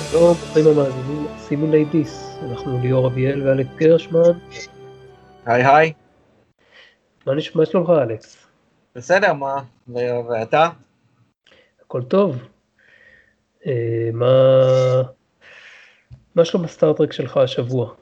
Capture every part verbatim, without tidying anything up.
שלום, ברוכים המאזינים סימוליידיס, אנחנו ליאור אביאל ואלכס גרשמן. היי היי. מה נשמע שלומך אלכס? בסדר, מה? ו- ואתה? הכל טוב. אה, מה... מה שלום הסטארטרק שלך השבוע?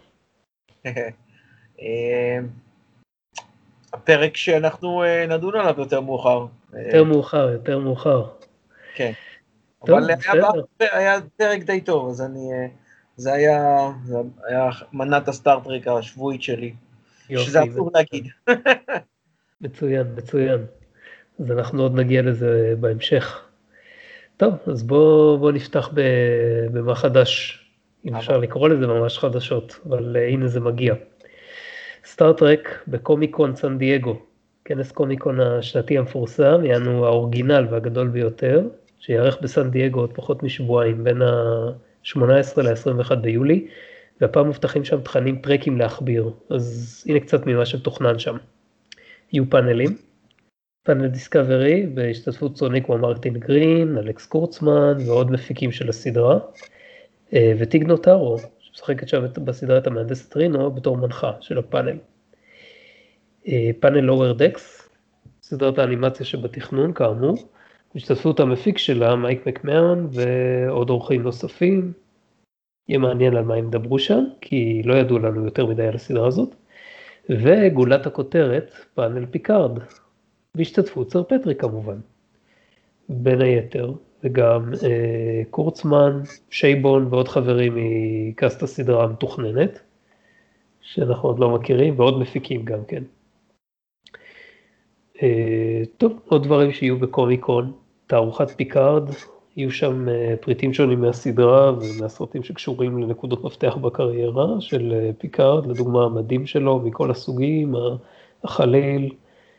אה, הפרק שאנחנו אה, נדון עליו יותר מאוחר. יותר אה, מאוחר, יותר מאוחר. כן. אבל טוב, היה, בסדר. בה- היה פרק די טוב, אז אני... אה, זה היה, זה היה מנת הסטארטרק השבועית שלי, שזה יופי, אסור להגיד. מצוין, מצוין. אז אנחנו עוד נגיע לזה בהמשך. טוב, אז בוא, בוא נפתח ב... במה חדש, אם אבל אפשר לקרוא לזה ממש חדשות, אבל uh, הנה זה מגיע. סטארטרק בקומיקון סן דייגו, כנס קומיקון השנתי המפורסם, יענו האורגינל והגדול ביותר, שיערך בסן דייגו עוד פחות משבועיים, בין ה-שמונה עשרה ל-עשרים ואחד ביולי, והפעם מובטחים שם תכנים טרקים להכביר, אז הנה קצת ממה שמתוכנן שם. יהיו פאנלים, פאנל דיסקאברי בהשתתפות סוני כמו מרטין גרין, אלכס קורצמן ועוד מפיקים של הסדרה, וטיג נוטרו, שמשחקת שם בסדרה את המהנדסת רינו בתור מנחה של הפאנל. פאנל לואוור דקס, סדרת האנימציה שבתכנון כאמור, בהשתתפות המפיק שלה מייק מקמהון ועוד אורחים נוספים. יהיה מעניין על מה הם דברו שם, כי לא ידעו לנו יותר מדי על הסדרה הזאת. וגולת הכותרת, פאנל פיקארד, בהשתתפות סר פטריק כמובן. בין היתר, וגם אה, קורצמן, שייבון ועוד חברים מקאסט הסדרה המתוכננת, שאנחנו עוד לא מכירים, ועוד מפיקים גם כן. אה, טוב, עוד דברים שיהיו בקומיקון, תערוכת פיקארד, יהיו שם אה, פריטים שונים מהסדרה ומהסרטים שקשורים לנקודות מפתח בקריירה של אה, פיקארד, לדוגמה המדים שלו מכל הסוגים, החליל,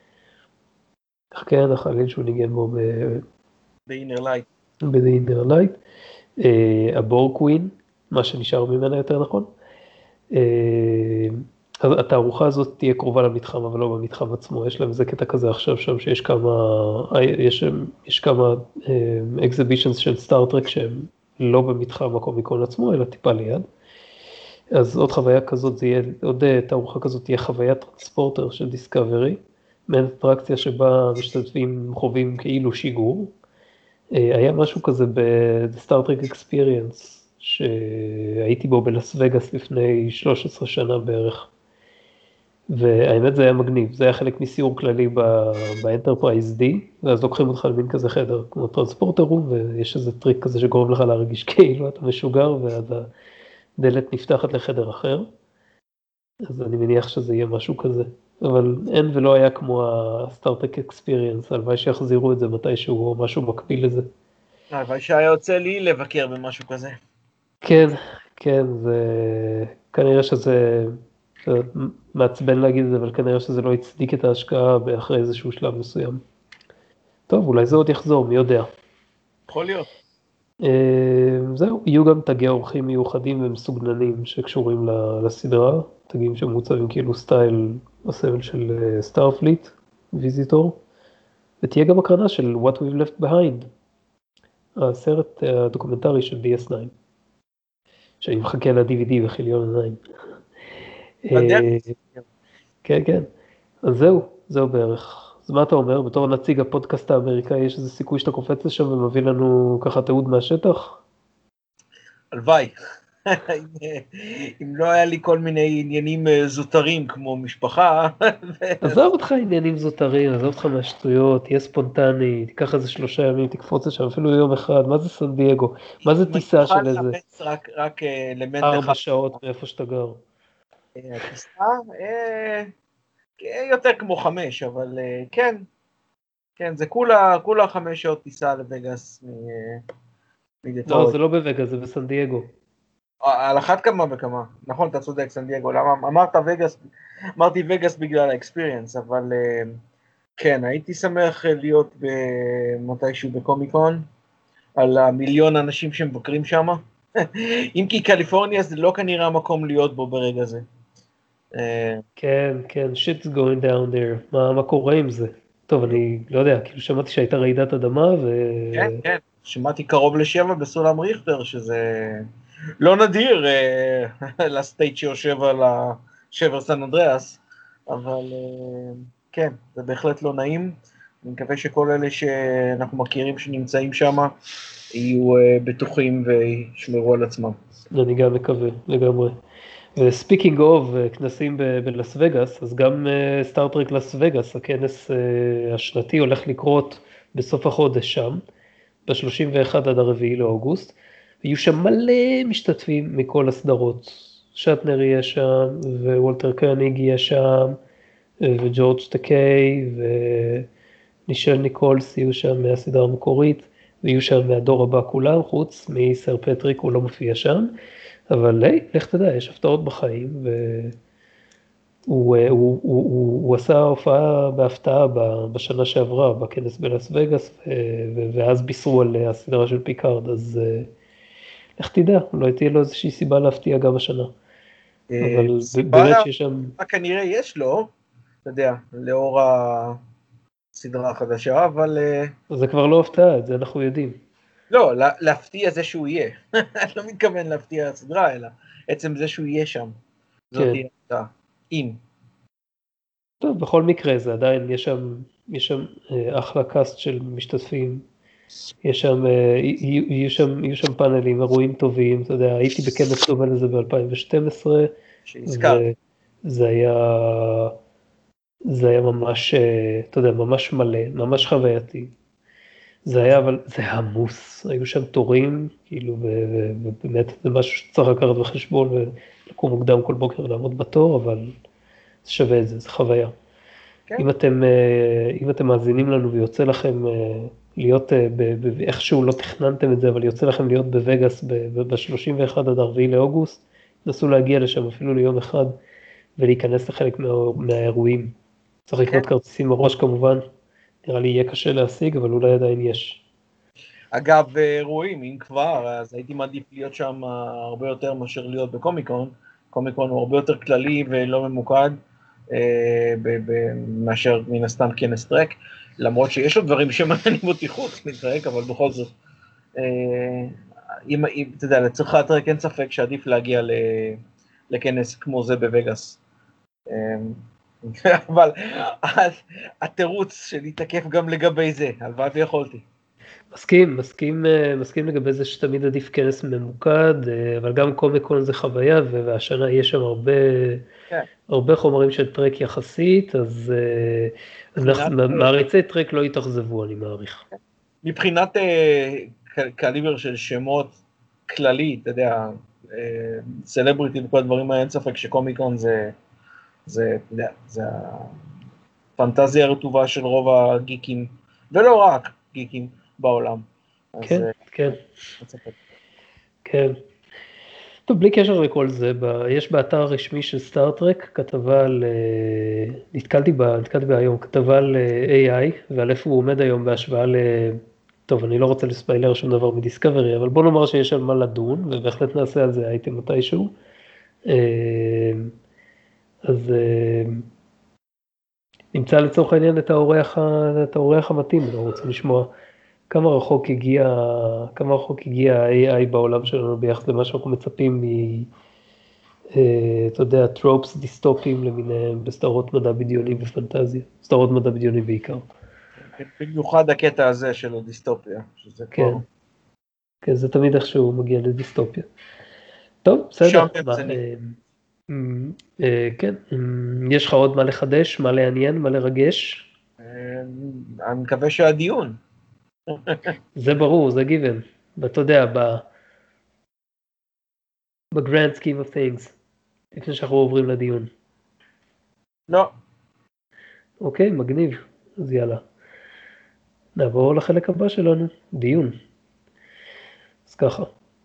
כן, החליל שהוא ניגן בו ב-Inner Light. ב-The Inner Light, אה, הבורקווין, מה שנשאר ממנה יותר נכון. אה, אז התערוכה הזאת תהיה קרובה למתחם, אבל לא במתחם עצמו, יש להם איזה קטע כזה עכשיו שם שיש כמה, יש, יש כמה אקזיבישנס של סטארטרק שהם לא במתחם הקומיקון עצמו, אלא טיפה ליד. אז עוד חוויה כזאת, זה יהיה, עוד תערוכה כזאת תהיה חוויית טרנספורטר של דיסקאברי, מעין אטרקציה שבה משתתפים חווים כאילו שיגור. היה משהו כזה ב-Star Trek Experience, שהייתי בו בלס וגאס לפני שלוש עשרה שנה בערך. והאמת זה היה מגניב, זה היה חלק מסיור כללי באנטרפרייז D, ואז לוקחים אותך למין כזה חדר, כמו טרנספורטר רום, ויש איזה טריק כזה שגורם לך להרגיש כאילו אתה משוגר, ואז הדלת נפתחת לחדר אחר. אז אני מניח שזה יהיה משהו כזה. אבל אין ולא היה כמו ה-Star Trek Experience, הלוואי שיחזירו את זה מתישהו או משהו מקביל לזה. אבל שהיה יוצא לי לבקר במשהו כזה. כן, כן, זה כנראה שזה, זה מעצבן להגיד את זה, אבל כנראה שזה לא הצדיק את ההשקעה אחרי איזשהו שלב מסוים. טוב, אולי זה עוד יחזור, מי יודע. יכול להיות. זהו, יהיו גם תגי אורחים מיוחדים ומסוגננים שקשורים לסדרה, תגים שמוצבים כאילו סטייל הסמל של סטארפליט, ויזיטור, ותהיה גם הקרנה של What We've Left Behind, הסרט הדוקומנטרי של די אס תשע, שאני מחכה ל-די וי די וחיליון עיניים. כן, כן. אז זהו, זהו בערך. אז מה אתה אומר? בתור נציג הפודקאסט האמריקאי, יש איזה סיכוי שאתה קופץ לשם ומביא לנו ככה תיעוד מהשטח? הלוואי. אם לא היה לי כל מיני עניינים זוטרים כמו משפחה. עזוב אותך עניינים זוטרים, עזוב אותך מהשטויות, תהיה ספונטני, תיקח איזה שלושה ימים, תקפוץ לשם, אפילו יום אחד, מה זה סן דייגו? מה זה טיסה של איזה רק אלמנט אחד. ארבע שעות מאיפה שאתה גר? הטיסה יותר כמו חמש, אבל כן, כן, זה כולה, כולה חמש שעות טיסה לווגאס לא, מדטרויט. זה לא בווגאס, זה בסן דייגו. על אחת כמה וכמה, נכון, אתה צודק, סן דייגו, למה, אמרת וגאס, אמרתי וגאס בגלל האקספיריאנס, אבל כן, הייתי שמח להיות מתישהו בקומיקון, על המיליון אנשים שמבקרים שם, אם כי קליפורניה זה לא כנראה המקום להיות בו ברגע זה. כן, כן, shit's going down there, מה, מה קורה עם זה? טוב, אני לא יודע, כאילו שמעתי שהייתה רעידת אדמה ו... כן, כן, שמעתי קרוב לשבע בסולם ריכטר, שזה לא נדיר לסטייט שיושב על השבר סן אנדריאס, אבל כן, זה בהחלט לא נעים. אני מקווה שכל אלה שאנחנו מכירים שנמצאים שם, יהיו בטוחים וישמרו על עצמם. אני גם מקווה, לגמרי. וספיקינג אוף כנסים בלס וגאס, אז גם סטארטרק לס וגאס, הכנס השנתי הולך לקרות בסוף החודש שם, ב-שלושים ואחד עד הרביעי לאוגוסט, ויהיו שם מלא משתתפים מכל הסדרות. שטנר יהיה שם, ווולטר קרניג יהיה שם, וג'ורג' טקיי, ונישל ניקולס יהיו שם מהסדרה המקורית, ויהיו שם מהדור הבא כולם, חוץ מסר פטריק, הוא לא מופיע שם, אבל היי, לך תדע, יש הפתעות בחיים, והוא הוא, הוא, הוא, הוא עשה הופעה בהפתעה בשנה שעברה, בכנס בלס וגאס, ואז בישרו על הסדרה של פיקארד, אז לך תדע, אולי תהיה לו איזושהי סיבה להפתיע גם השנה. אבל באמת שיש שם... כנראה יש לו, אתה יודע, לאור הסדרה החדשה, אבל... זה כבר לא הפתעה, את זה אנחנו יודעים. לא, להפתיע זה שהוא יהיה. אני לא מתכוון להפתיע הסדרה, אלא עצם זה שהוא יהיה שם. זאת תהיה הפתעה. אם. טוב, בכל מקרה זה עדיין, יש שם, יש שם אחלה קאסט של משתתפים. יש שם, יהיו שם, יהיו שם פאנלים, אירועים טובים, אתה יודע, הייתי בכנס דומה לזה ב-אלפיים ושתים עשרה, וזה היה, זה היה ממש, אתה יודע, ממש מלא, ממש חווייתי. זה היה, אבל זה היה עמוס, היו שם תורים, כאילו, ובאמת זה משהו שצריך לקחת בחשבון, ולקום מוקדם כל בוקר לעמוד בתור, אבל זה שווה את זה, זה חוויה. אם אתם, אם אתם מאזינים לנו ויוצא לכם להיות, איכשהו לא תכננתם את זה, אבל יוצא לכם להיות בווגאס ב-שלושים ואחד עד הרביעי לאוגוסט, נסו להגיע לשם אפילו ליום אחד, ולהיכנס לחלק מהאירועים. צריך לקנות כרטיסים מראש כמובן, נראה לי יהיה קשה להשיג, אבל אולי עדיין יש. אגב, אירועים, אם כבר, אז הייתי מעדיף להיות שם הרבה יותר מאשר להיות בקומיקון. קומיקון הוא הרבה יותר כללי ולא ממוקד, מאשר מן הסתם כנס טרק, למרות שיש עוד דברים שמעניינים אותי חוץ מטרק, אבל בכל זאת, אם, אתה יודע, לצריך הטרק אין ספק שעדיף להגיע לכנס כמו זה בווגאס. אבל התירוץ שלי תקף גם לגבי זה, הלוואי ויכולתי. מסכים, מסכים, מסכים לגבי זה שתמיד עדיף כנס ממוקד, אבל גם קומיקון זה חוויה, והשנה יש שם הרבה, כן. הרבה חומרים של טרק יחסית, אז מעריצי טרק לא יתאכזבו, אני מעריך. מבחינת קליבר של שמות כללי, אתה יודע, סלבריטי וכל הדברים האלה, אין ספק שקומיקון זה, זה, אתה יודע, זה הפנטזיה הרטובה של רוב הגיקים, ולא רק גיקים בעולם. כן, כן. כן. טוב, בלי קשר לכל זה, יש באתר הרשמי של סטארטרק כתבה על, נתקלתי בה, נתקלתי בה היום, כתבה על איי איי, ועל איפה הוא עומד היום בהשוואה ל... טוב, אני לא רוצה לספיילר שום דבר מדיסקאברי, אבל בוא נאמר שיש על מה לדון, ובהחלט נעשה על זה אייטם מתישהו. אז נמצא לצורך העניין את האורח, את האורח המתאים, אנחנו רוצים לשמוע כמה רחוק הגיע, כמה רחוק הגיע ה-איי איי בעולם שלנו ביחד למה שאנחנו מצפים מ... אתה יודע, טרופס דיסטופיים למיניהם בסדרות מדע בדיוני ופנטזיה, סדרות מדע בדיוני בעיקר. במיוחד הקטע הזה של הדיסטופיה, שזה כן. כבר... כן, זה תמיד איכשהו מגיע לדיסטופיה. טוב, בסדר. כן, יש לך עוד מה לחדש, מה לעניין, מה לרגש? אני מקווה שהדיון. זה ברור, זה גיוון. ואתה יודע, ב-grand scheme of things, לפני שאנחנו עוברים לדיון. לא. אוקיי, מגניב. אז יאללה. נעבור לחלק הבא שלנו, דיון. אז ככה.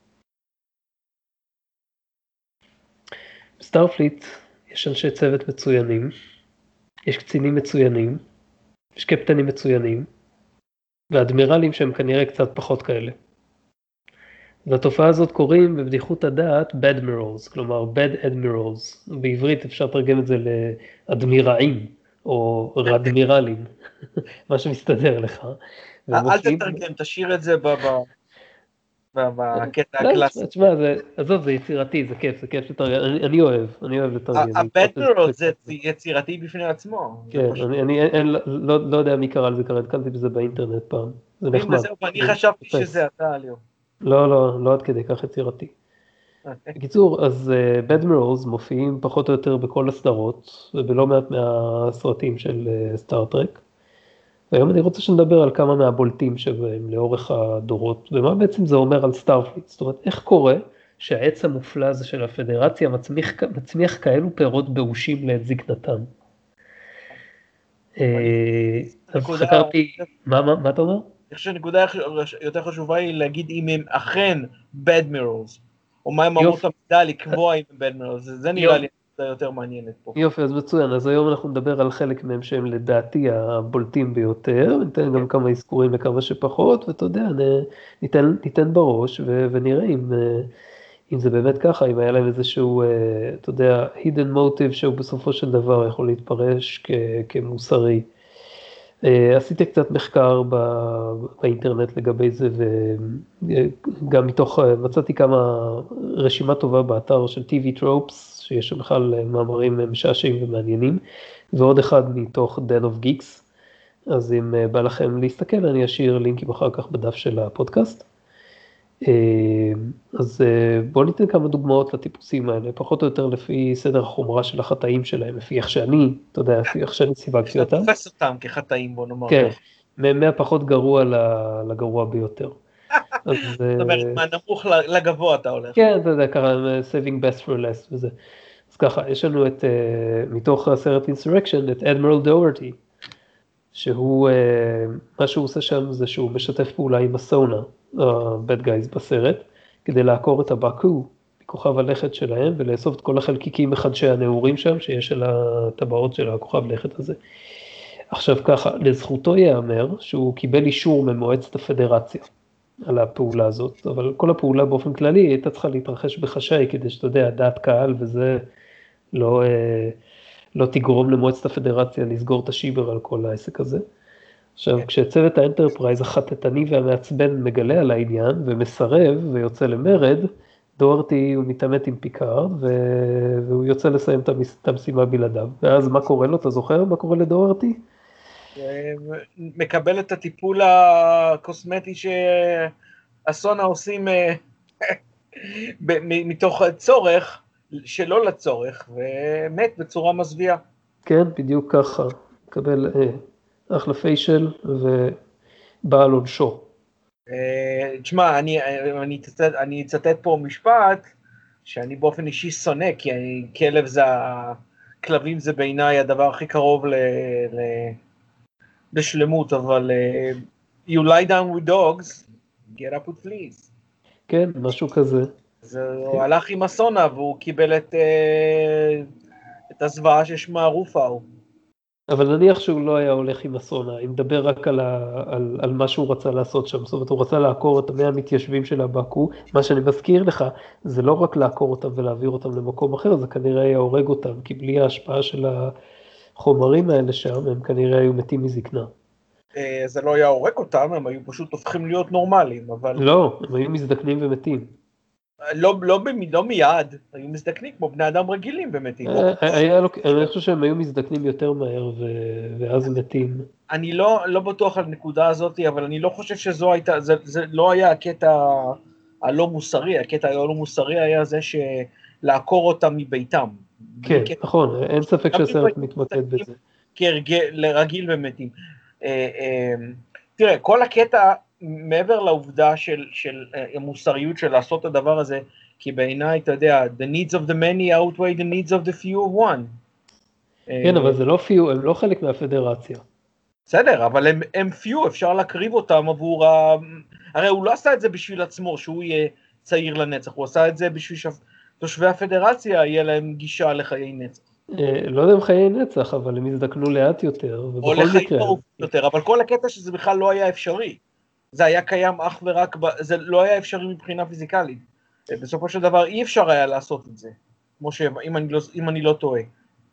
בסטארפליט יש אנשי צוות מצוינים, יש קצינים מצוינים, יש קפטנים מצוינים, ואדמירלים שהם כנראה קצת פחות כאלה. והתופעה הזאת קוראים בבדיחות הדעת Badmirals, כלומר Bad Admirals. בעברית אפשר לתרגם את זה לאדמיראים, או רדמירלים, מה שמסתדר לך. אל תתרגם, תשאיר את זה בקטע הקלאסי. תשמע, עזוב, זה יצירתי, זה כיף, זה כיף לתרגם, אני אוהב, אני אוהב לתרגם. הבטנרול זה יצירתי בפני עצמו. כן, אני לא יודע מי קרא לזה, קראתי בזה באינטרנט פעם, זה נחמד. אני חשבתי שזה אתה, ליאור. לא, לא, לא עד כדי כך יצירתי. בקיצור, אז בדמירלס מופיעים פחות או יותר בכל הסדרות, ובלא מעט מהסרטים של סטארטרק. והיום אני רוצה שנדבר על כמה מהבולטים שבהם לאורך הדורות, ומה בעצם זה אומר על סטארפליט. זאת אומרת, איך קורה שהעץ המופלא הזה של הפדרציה מצמיח, מצמיח כאלו פירות באושים לעת זקנתם. אז חקרתי, מה, מה, מה אתה אומר? אני חושב שנקודה יותר חשובה היא להגיד אם הם אכן בדמירלס, או מה הם אמות המידה לקבוע אם הם בדמירלס, זה נראה לי יותר מעניינת פה. יופי, אז מצוין, אז היום אנחנו נדבר על חלק מהם שהם לדעתי הבולטים ביותר, ניתן גם כמה אזכורים לכמה שפחות, ואתה יודע, ניתן, ניתן בראש ונראה אם, אם זה באמת ככה, אם היה להם איזשהו, אתה יודע, hidden motive שהוא בסופו של דבר יכול להתפרש כ, כמוסרי. עשיתי קצת מחקר באינטרנט לגבי זה, וגם מתוך, מצאתי כמה רשימה טובה באתר של טי וי Tropes, שיש שם בכלל מאמרים משעשעים ומעניינים, ועוד אחד מתוך Den of Geeks, אז אם בא לכם להסתכל, אני אשאיר לינקים אחר כך בדף של הפודקאסט. אז בואו ניתן כמה דוגמאות לטיפוסים האלה, פחות או יותר לפי סדר החומרה של החטאים שלהם, לפי איך שאני, אתה יודע, לפי איך שאני סיווגתי אותם. אתה תופס אותם כחטאים, בוא נאמר. כן, מהפחות גרוע לגרוע ביותר. זאת אומרת, מהנמוך לגבוה אתה הולך. כן, אתה יודע, ככה, saving best for less וזה. אז ככה, יש לנו את, מתוך הסרט Insurrection, את אדמירל דאורטי, שהוא, מה שהוא עושה שם זה שהוא משתף פעולה עם הסונה, ה-bad guys בסרט, כדי לעקור את הבאקו, מכוכב הלכת שלהם, ולאסוף את כל החלקיקים מחדשי הנעורים שם, שיש על הטבעות של הכוכב לכת הזה. עכשיו ככה, לזכותו יאמר שהוא קיבל אישור ממועצת הפדרציה על הפעולה הזאת, אבל כל הפעולה באופן כללי הייתה צריכה להתרחש בחשאי, כדי שאתה יודע, דעת קהל וזה לא, לא תגרום למועצת הפדרציה לסגור את השיבר על כל העסק הזה. עכשיו, כשצוות האנטרפרייז החטטני והמעצבן מגלה על העניין ומסרב ויוצא למרד, דוארטי הוא מתעמת עם פיקארד והוא יוצא לסיים את המשימה בלעדיו. ואז מה קורה לו? אתה זוכר מה קורה לדוארטי? מקבל את הטיפול הקוסמטי שאסונה עושים מתוך צורך, שלא לצורך, ומת בצורה מזוויעה. כן, בדיוק ככה. מקבל אחלה פיישל ובא על עונשו. תשמע, אני אצטט פה משפט שאני באופן אישי שונא, כי כלב זה, כלבים זה בעיניי הדבר הכי קרוב ל... בשלמות, אבל uh, you lie down with dogs, get up with fleas. כן, משהו כזה. אז הוא הלך עם הסונה, והוא קיבל את, uh, את הזוועה ששמה רופאו. אבל נניח שהוא לא היה הולך עם הסונה, אם מדבר רק על, ה, על, על מה שהוא רצה לעשות שם, זאת אומרת, הוא רצה לעקור את המאה המתיישבים של הבאקו, מה שאני מזכיר לך, זה לא רק לעקור אותם ולהעביר אותם למקום אחר, זה כנראה היה הורג אותם, כי בלי ההשפעה של החומרים האלה שם, הם כנראה היו מתים מזקנה. זה לא היה הורג אותם, הם היו פשוט הופכים להיות נורמליים, אבל... לא, הם היו מזדקנים ומתים. לא, לא, לא מיד, היו מזדקנים כמו בני אדם רגילים ומתים. אני חושב שהם היו מזדקנים יותר מהר ואז מתים. אני לא, לא בטוח על נקודה הזאת, אבל אני לא חושב שזו הייתה, זה, זה לא היה הקטע הלא מוסרי, הקטע הלא מוסרי היה זה שלעקור אותם מביתם. כן, נכון, אין ספק שהסרט מתמקד בזה. כרגיל ומתים. תראה, כל הקטע מעבר לעובדה של, של המוסריות של לעשות את הדבר הזה, כי בעיניי, אתה יודע, the needs of the many outweigh the needs of the few of one. כן, אבל זה לא few, הם לא חלק מהפדרציה. בסדר, אבל הם, הם few, אפשר להקריב אותם עבור ה... הרי הוא לא עשה את זה בשביל עצמו, שהוא יהיה צעיר לנצח, הוא עשה את זה בשביל שתושבי הפדרציה יהיה להם גישה לחיי נצח. לא יודע אם חיי נצח, אבל הם הזדקנו לאט יותר, או לחיים יותר, אבל כל הקטע שזה בכלל לא היה אפשרי. זה היה קיים אך ורק, זה לא היה אפשרי מבחינה פיזיקלית. בסופו של דבר אי אפשר היה לעשות את זה, כמו שאם אני לא, אם אני לא טועה.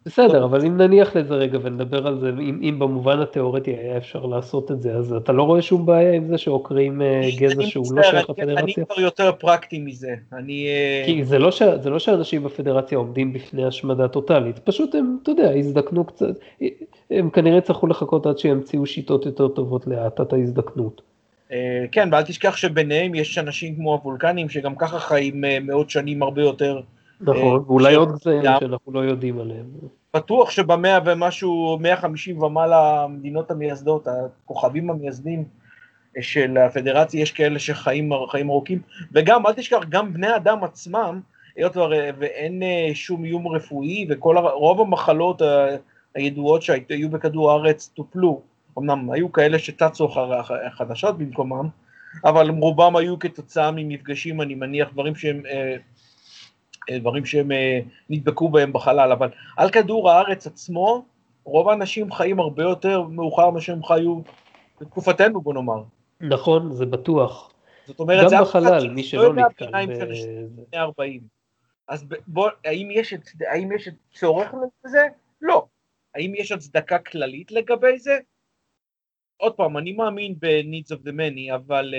בסדר, אבל אם נניח לזה רגע ונדבר על זה, אם, אם במובן התיאורטי היה אפשר לעשות את זה, אז אתה לא רואה שום בעיה עם זה שעוקרים גזע אני שהוא לא מצטער, שייך אני, אני לפדרציה? כבר יותר פרקטי מזה. אני... כי זה לא, ש... זה לא שאנשים בפדרציה עומדים בפני השמדה טוטלית, פשוט הם, אתה יודע, הזדקנו קצת, הם כנראה צריכו לחכות עד שימציאו שיטות יותר טובות להאטת ההזדקנות. אה, כן, ואל תשכח שביניהם יש אנשים כמו הוולקנים, שגם ככה חיים אה, מאות שנים הרבה יותר. אה, נכון, ואולי עוד גזעים שאנחנו לא יודעים עליהם. בטוח שבמאה ומשהו, מאה וחמישים ומעלה המדינות המייסדות, הכוכבים המייסדים של הפדרציה, יש כאלה שחיים חיים ארוכים, וגם, אל תשכח, גם בני אדם עצמם, היות ואין שום איום רפואי, וכל רוב המחלות הידועות שהיו בכדור הארץ טופלו, אמנם היו כאלה שטצו חדשות במקומם, אבל רובם היו כתוצאה ממפגשים, אני מניח, דברים שהם... דברים שהם נדבקו בהם בחלל, אבל על כדור הארץ עצמו, רוב האנשים חיים הרבה יותר מאוחר מה שהם חיו בתקופתנו, בוא נאמר. נכון, זה בטוח. זאת אומרת, גם זה אף אחד בחלל, מי לא שלא יודע נתקל ביניים של שני ארבעים. אז בוא, האם יש, האם יש צורך לזה? לא. האם יש הצדקה כללית לגבי זה? עוד פעם, אני מאמין ב-needs of the many, אבל...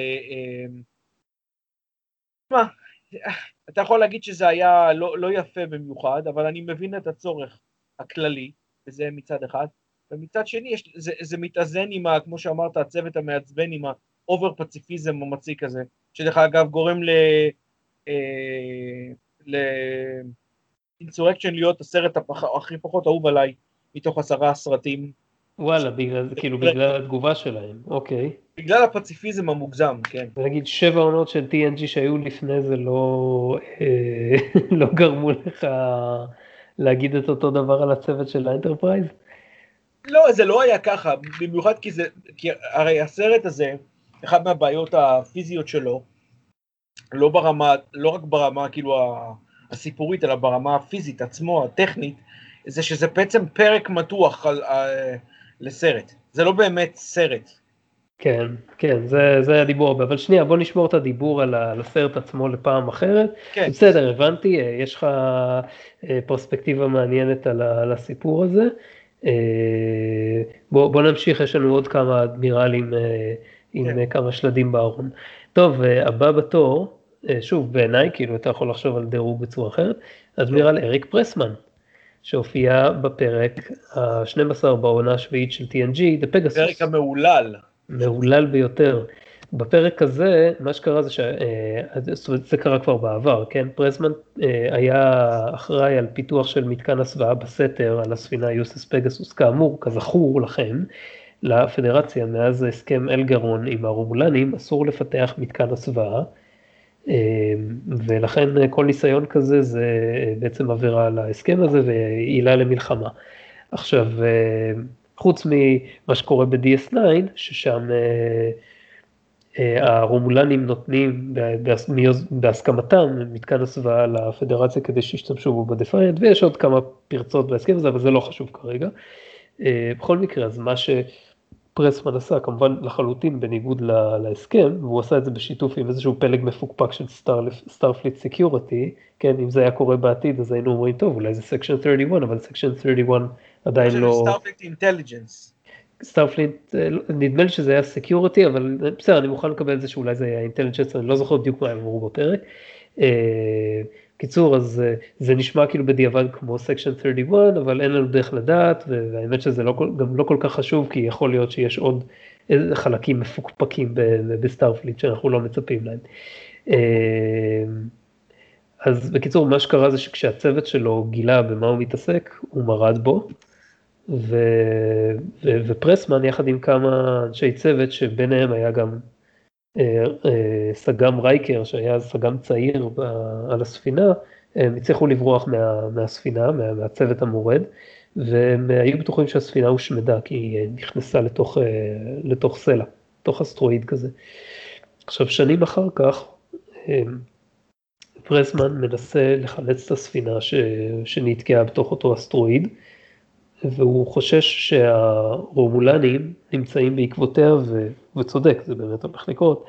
מה? אתה יכול להגיד שזה היה לא, לא יפה במיוחד, אבל אני מבין את הצורך הכללי, וזה מצד אחד, ומצד שני, יש, זה, זה מתאזן עם, ה, כמו שאמרת, הצוות המעצבן, עם האובר פציפיזם המציק הזה, שדרך אגב גורם ל... אה, ל... אינסורקשן להיות הסרט הפח, הכי פחות אהוב עליי, מתוך עשרה סרטים. וואלה, בגלל, כאילו בגלל התגובה שלהם, אוקיי. בגלל הפציפיזם המוגזם, כן. נגיד שבע עונות של טי אן ג'י שהיו לפני זה לא, אה, לא גרמו לך להגיד את אותו דבר על הצוות של האנטרפרייז? לא, זה לא היה ככה, במיוחד כי זה, כי הרי הסרט הזה, אחת מהבעיות הפיזיות שלו, לא ברמה, לא רק ברמה כאילו הסיפורית, אלא ברמה הפיזית עצמו, הטכנית, זה שזה בעצם פרק מתוח על, על, לסרט. זה לא באמת סרט. כן, כן, זה, זה הדיבור הרבה, אבל שנייה, בוא נשמור את הדיבור על, ה, על הסרט עצמו לפעם אחרת. כן. בסדר, הבנתי, יש לך פרספקטיבה מעניינת על, ה, על הסיפור הזה. בוא, בוא נמשיך, יש לנו עוד כמה אדמירלים עם כן. כמה שלדים בארון. טוב, הבא בתור, שוב, בעיניי, כאילו אתה יכול לחשוב על דירוג בצורה אחרת, אדמירל אריק פרסמן, שהופיע בפרק ה-שנים עשר בעונה השביעית של טי אן ג'י, The Pegasus. פרק המעולל. מעולל ביותר. בפרק הזה, מה שקרה זה ש... זה קרה כבר בעבר, כן? פרסמן היה אחראי על פיתוח של מתקן הסוואה בסתר, על הספינה יוסס פגסוס, כאמור, כזכור לכם, לפדרציה, מאז הסכם אלגרון עם הרומולנים, אסור לפתח מתקן הסוואה, ולכן כל ניסיון כזה זה בעצם עבירה על ההסכם הזה ועילה למלחמה. עכשיו, חוץ ממה שקורה ב-די אס ניין, ששם הרומולנים נותנים בהסכמתם מתקן הסוואה לפדרציה כדי שישתמשו בו בדפיינט, ויש עוד כמה פרצות בהסכם הזה, אבל זה לא חשוב כרגע. בכל מקרה, אז מה שפרסמן עשה, כמובן לחלוטין בניגוד להסכם, והוא עשה את זה בשיתוף עם איזשהו פלג מפוקפק של סטארפליט סקיוריטי, כן, אם זה היה קורה בעתיד, אז היינו אומרים, טוב, אולי זה סקשן שלושים ואחת, אבל סקשן שלושים ואחת עדיין לא... סטארפליט אינטליג'נס. סטארפליט, נדמה לי שזה היה סקיוריטי, אבל בסדר, אני מוכן לקבל את זה שאולי זה היה אינטליג'נס, אני לא זוכר בדיוק מה הם אמרו בפרק. קיצור, אז זה נשמע כאילו בדיעבד כמו סקשן שלושים ואחת, אבל אין לנו דרך לדעת, והאמת שזה לא, גם לא כל כך חשוב, כי יכול להיות שיש עוד חלקים מפוקפקים בסטארפליט שאנחנו לא מצפים להם. אז בקיצור, מה שקרה זה שכשהצוות שלו גילה במה הוא מתעסק, הוא מרד בו, ו, ו, ופרסמן יחד עם כמה אנשי צוות, שביניהם היה גם אה, אה, סג"ם רייקר, שהיה סג"ם צעיר ב, על הספינה, הם הצליחו לברוח מה, מהספינה, מה, מהצוות המורד, והם היו בטוחים שהספינה הושמדה, כי היא נכנסה לתוך, אה, לתוך סלע, לתוך אסטרואיד כזה. עכשיו, שנים אחר כך, אה, פרסמן מנסה לחלץ את הספינה ש... שנתקעה בתוך אותו אסטרואיד, והוא חושש שהרומולנים נמצאים בעקבותיה, ו... וצודק, זה באמת הולך לקרות,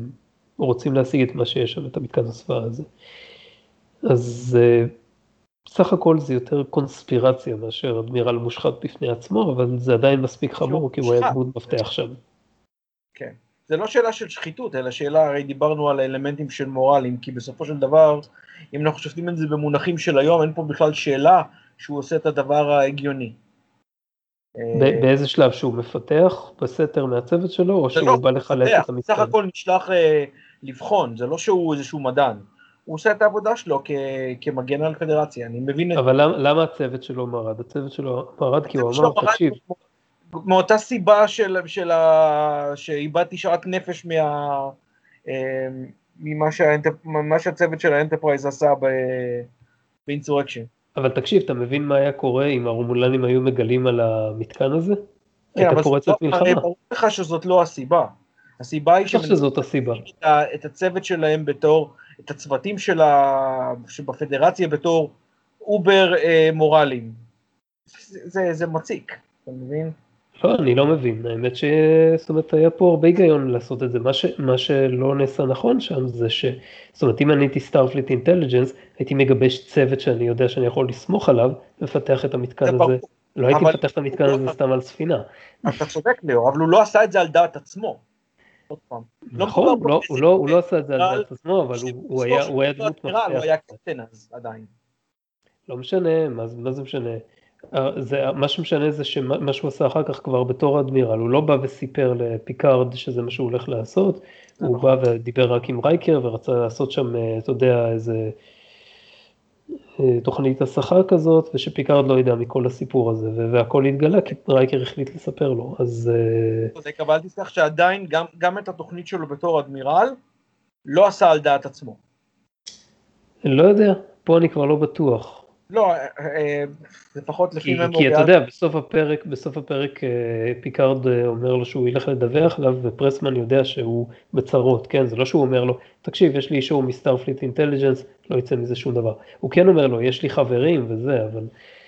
ורוצים להשיג את מה שיש שם, את המתקן הסוואה הזה. אז סך הכל זה יותר קונספירציה מאשר אדמירל מושחת בפני עצמו, אבל זה עדיין מספיק חמור, כי הוא היה דמות מפתח שם. כן. זה לא שאלה של שחיתות, אלא שאלה, הרי דיברנו על האלמנטים של מורלים, כי בסופו של דבר, אם אנחנו שופטים את זה במונחים של היום, אין פה בכלל שאלה שהוא עושה את הדבר ההגיוני. באיזה שלב שהוא מפתח בסתר מהצוות שלו, או שהוא בא לחלץ את המתקן? סך הכל נשלח לבחון, זה לא שהוא איזשהו מדען. הוא עושה את העבודה שלו כמגן על פדרציה, אני מבין את זה. אבל למה הצוות שלו מרד? הצוות שלו מרד כי הוא אמר, תקשיב. מאותה סיבה שאיבדתי שאט נפש ממה שהצוות של האנטרפרייז עשה באינסורקשן. אבל תקשיב, אתה מבין מה היה קורה אם הרומולנים היו מגלים על המתקן הזה? כן, אבל ברור לך שזאת לא הסיבה. הסיבה היא שזאת הסיבה. את הצוות שלהם בתור, את הצוותים שבפדרציה בתור אובר מורלים. זה מציק, אתה מבין? לא, אני לא מבין. האמת ש... זאת אומרת, היה פה הרבה היגיון לעשות את זה. מה, ש... מה שלא נעשה נכון שם זה ש... זאת אומרת, אם אני הייתי סטארפליט אינטליג'נס, הייתי מגבש צוות שאני יודע שאני יכול לסמוך עליו, ומפתח את המתקן הזה. לא הייתי מפתח את המתקן הזה סתם על ספינה. אתה צודק ליאור, אבל הוא לא עשה את זה על דעת עצמו. נכון, הוא לא עשה את זה על דעת עצמו, אבל הוא היה דמות מפתח. הוא היה קפטן אז עדיין. לא משנה, מה זה משנה? זה, מה שמשנה זה שמה שהוא עשה אחר כך כבר בתור אדמירל, הוא לא בא וסיפר לפיקארד שזה מה שהוא הולך לעשות, הוא בא ודיבר רק עם רייקר ורצה לעשות שם, אתה יודע, איזה תוכנית השכר כזאת, ושפיקארד לא ידע מכל הסיפור הזה, והכל התגלה כי רייקר החליט לספר לו, אז... אבל אל תשכח שעדיין גם, גם את התוכנית שלו בתור אדמירל, לא עשה על דעת עצמו. לא יודע, פה אני כבר לא בטוח. לא, לפחות לפי ממוריאל. כי אתה יודע, בסוף הפרק, בסוף הפרק פיקארד אומר לו שהוא ילך לדווח עליו, ופרסמן יודע שהוא בצרות, כן? זה לא שהוא אומר לו, תקשיב, יש לי אישור מסטארפליט אינטליג'נס, לא יצא מזה שום דבר. הוא כן אומר לו, יש לי חברים וזה, אבל...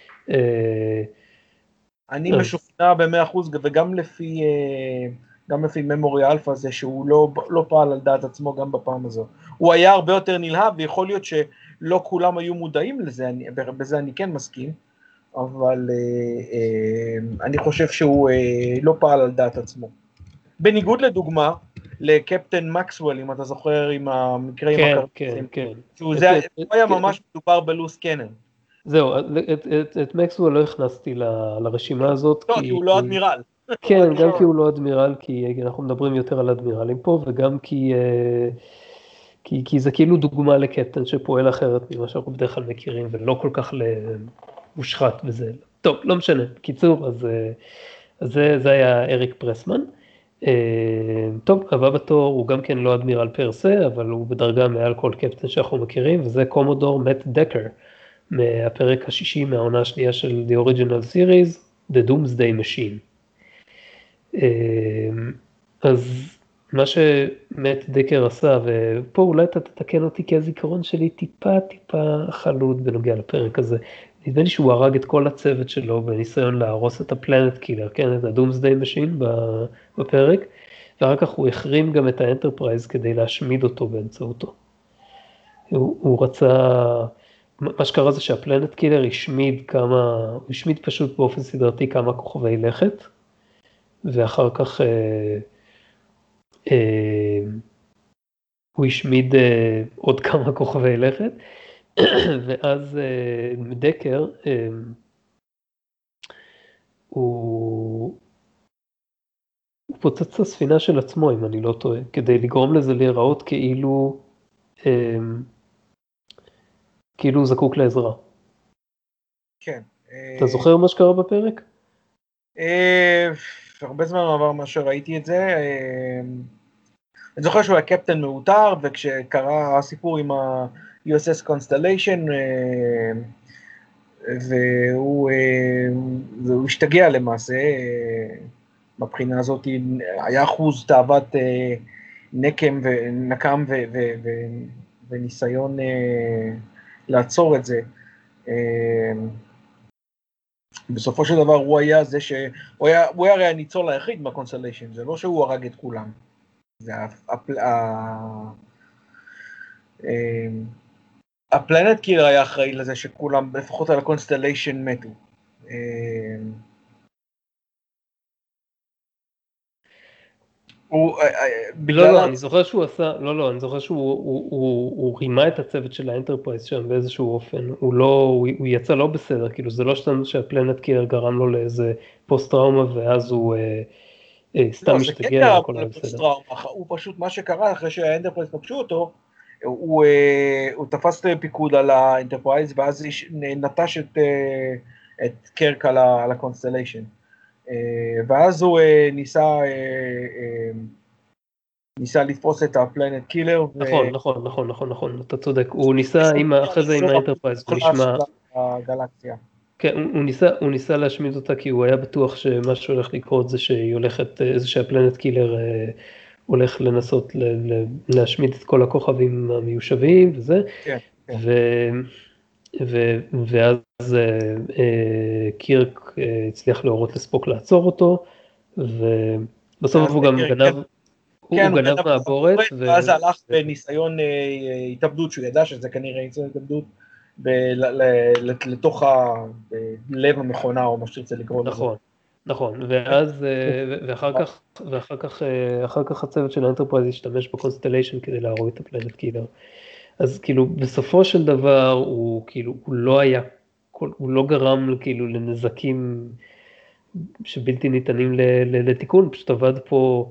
אני משוכנע במאה אחוז, וגם לפי, גם לפי ממורי אלפא זה שהוא לא, לא פעל על דעת עצמו גם בפעם הזו. הוא היה הרבה יותר נלהב, ויכול להיות שלא כולם היו מודעים לזה, אני, בזה אני כן מסכים, אבל אני חושב שהוא לא פעל על דעת עצמו. בניגוד לדוגמה, לקפטן מקסוול, אם אתה זוכר, עם המקרה עם הקרסים. כן, כן, כן. שהוא היה ממש מדובר בלוס קנן. זהו, את מקסוול לא הכנסתי לרשימה הזאת. לא, כי הוא לא אדמירל. כן, גם כי הוא לא אדמירל, כי אנחנו מדברים יותר על אדמירלים פה, וגם כי... כי, כי זה כאילו דוגמה לקפטן שפועל אחרת ממה שאנחנו בדרך כלל מכירים, ולא כל כך למושחת וזה. טוב, לא משנה. קיצור, אז, אז זה, זה היה אריק פרסמן. טוב, הבא בתור הוא גם כן לא אדמירל פרסה, אבל הוא בדרגה מעל כל קפטן שאנחנו מכירים, וזה קומודור מאט דקר, מהפרק השישי מהעונה השנייה של The Original Series, The Doomsday Machine. אז... מה שמט דקר עשה, ופה אולי אתה תתקן אותי כי הזיכרון שלי טיפה טיפה חלוד בנוגע לפרק הזה. נדמה לי שהוא הרג את כל הצוות שלו בניסיון להרוס את הפלנט קילר, כן, את הדומסדיי משין בפרק, ואחר כך הוא החרים גם את האנטרפרייז כדי להשמיד אותו באמצעותו. הוא, הוא רצה, מה שקרה זה שהפלנט קילר השמיד כמה, הוא השמיד פשוט באופן סדרתי כמה כוכבי לכת, ואחר כך... הוא השמיד עוד כמה כוכבי לכת, ואז דקר, הוא פוצץ את הספינה של עצמו, אם אני לא טועה, כדי לגרום לזה להיראות כאילו, כאילו הוא זקוק לעזרה. כן. אתה זוכר מה שקרה בפרק? הרבה זמן עבר מה שראיתי את זה, אני זוכר שהוא היה קפטן מאותר, וכשקרה הסיפור עם ה-יו אס אס Constellation, והוא, והוא השתגע למעשה, מבחינה הזאת היה אחוז תאוות נקם ונקם ו, ו, ו, וניסיון לעצור את זה. בסופו של דבר הוא היה זה ש... הוא היה, הוא היה הרי הניצול היחיד מהקונסטליישן, זה לא שהוא הרג את כולם. זה הפל... הפלנט קילר היה אחראי לזה שכולם, לפחות על הקונסטליישן, מתו. הוא, לא, בגלל... לא, אני זוכר שהוא עשה, לא, לא, אני זוכר שהוא הוא, הוא, הוא רימה את הצוות של האנטרפרייז שם באיזשהו אופן, הוא לא, הוא, הוא יצא לא בסדר, כאילו זה לא סתם שהפלנט קילר גרם לו לאיזה פוסט טראומה ואז הוא אה, אה, סתם לא, זה כן משתגע קרה והכל היה לפוסט בסדר. טראומה, הוא פשוט, מה שקרה אחרי שהאנטרפרייז פגשו אותו, הוא, אה, הוא תפס פיקוד על האנטרפרייז, ואז איש- נטש את, אה, את קרק על ה- על הקונסטליישן. אה, ואז הוא אה, ניסה, אה, אה, ניסה לתפוס את הפלנט קילר, נכון, נכון, נכון, נכון, נכון, אתה צודק, הוא ניסה, עם, ה- אחרי זה עם האנטרפרייז, הוא וחלש נשמע, לגלקסיה. כן, הוא, הוא ניסה, הוא ניסה להשמיד אותה כי הוא היה בטוח שמה שהולך לקרות זה שהיא הולכת, זה שהפלנט קילר אה, הולך לנסות ל, ל, להשמיד את כל הכוכבים המיושבים וזה, כן, כן. ו, ו, ואז אה, אה, קירק אה, הצליח להורות לספוק לעצור אותו, ובסוף ואז הוא גם דקר גנב, כן, הוא, כן, הוא הוא גנב גנב מעבורת, מעבורת, ו, ואז הלך בניסיון אה, אה, התאבדות, שהוא ידע שזה כנראה ניסיון התאבדות, ב- ל- ל- ל- לתוך לב המכונה, או מה שתרצה לקרוא לזה. נכון, נכון, ואז, אה, ואחר כך, ואחר כך, אה, אחר כך הצוות של האנטרפרייז השתמש בקונסטליישן כדי להרוג את הפלנט קילר. אז כאילו, בסופו של דבר, הוא כאילו, הוא לא היה, הוא לא גרם כאילו לנזקים שבלתי ניתנים ל- ל- לתיקון, פשוט עבד פה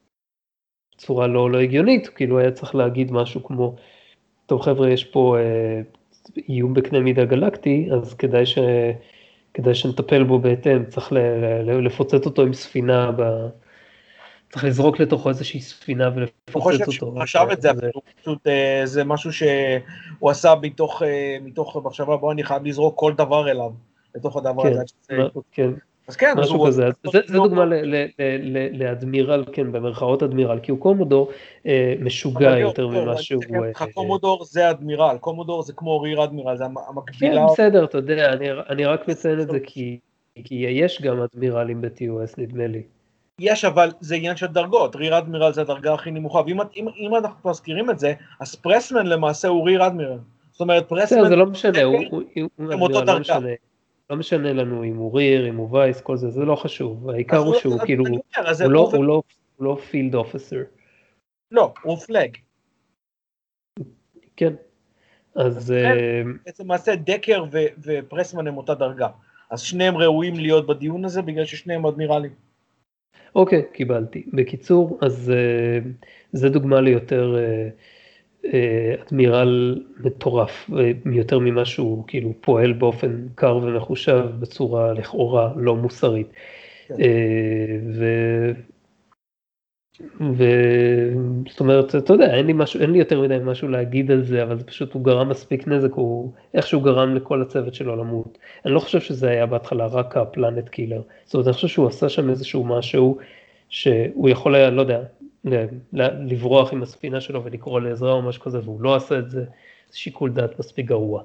בצורה לא, לא הגיונית, הוא כאילו היה צריך להגיד משהו כמו, טוב חבר'ה, יש פה אה, איום בקנה מידה גלקטי, אז כדאי ש... כדאי שנטפל בו בהתאם, צריך ל- ל- לפוצץ אותו עם ספינה, ב... צריך לזרוק לתוכו איזושהי ספינה לא חושב ולפוצץ שהוא אותו. חשב את זה ו- אפילו, פשוט אה, זה משהו שהוא עשה מתוך, אה, מתוך מחשבה, בוא אני חייב לזרוק כל דבר אליו, לתוך הדבר הזה. כן, עד שזה מה- יפוצץ. כן, אז כן, אז משהו הוא עשה כזה. אז זה, דברים זה לא... דוגמה ל- ל- ל- ל- לאדמירל, כן, במרכאות אדמירל, כי הוא קומודור אה, משוגע אבל ליאור, יותר ליאור, ממה אני אתקן שהוא... אותך, אה, קומודור זה אדמירל, קומודור זה כמו ריר אדמירל, זה המ- כן, המקבילה. בסדר, אתה יודע, אני, אני רק מציין את זה כי, כי יש גם אדמירלים ב-טי יו אס, נדמה לי. יש, אבל זה עניין של דרגות, ריר אדמירל זה הדרגה הכי נמוכה, ואם אם, אם אנחנו מזכירים את זה, אז פרסמן למעשה הוא ריר אדמירל. זאת אומרת, בסדר, פרסמן זה לא משנה, הוא, הוא, הוא הם אותו אדמירל, לא דרגה. משנה. לא משנה לנו אם הוא ריר, אם הוא וייס, כל זה, זה לא חשוב. העיקר אז הוא הוא, שהוא אז כאילו, אני אומר, אז הוא לא, הוא, הוא לא, הוא לא פילד אופסר. לא, הוא פלאג. כן, אז אז לכן, אה, בעצם מעשה דקר ו, ופרסמן הם אותה דרגה. אז שניהם ראויים להיות בדיון הזה, בגלל ששניהם אדמירלים. אוקיי, קיבלתי. בקיצור, אז אה, זה דוגמה ליותר אה, אה, אדמירל מטורף, אה, יותר ממה שהוא כאילו פועל באופן קר ומחושב בצורה לכאורה לא מוסרית. כן. אה, ו... וזאת אומרת, אתה יודע, אין לי משהו, אין לי יותר מדי משהו להגיד על זה, אבל זה פשוט, הוא גרם מספיק נזק, הוא איכשהו גרם לכל הצוות שלו למות. אני לא חושב שזה היה בהתחלה רק הפלנט קילר. זאת אומרת, אני חושב שהוא עשה שם איזשהו משהו, שהוא יכול היה, לא יודע, ל- ל- לברוח עם הספינה שלו ולקרוא לעזרה או משהו כזה, והוא לא עשה את זה, זה שיקול דעת מספיק גרוע.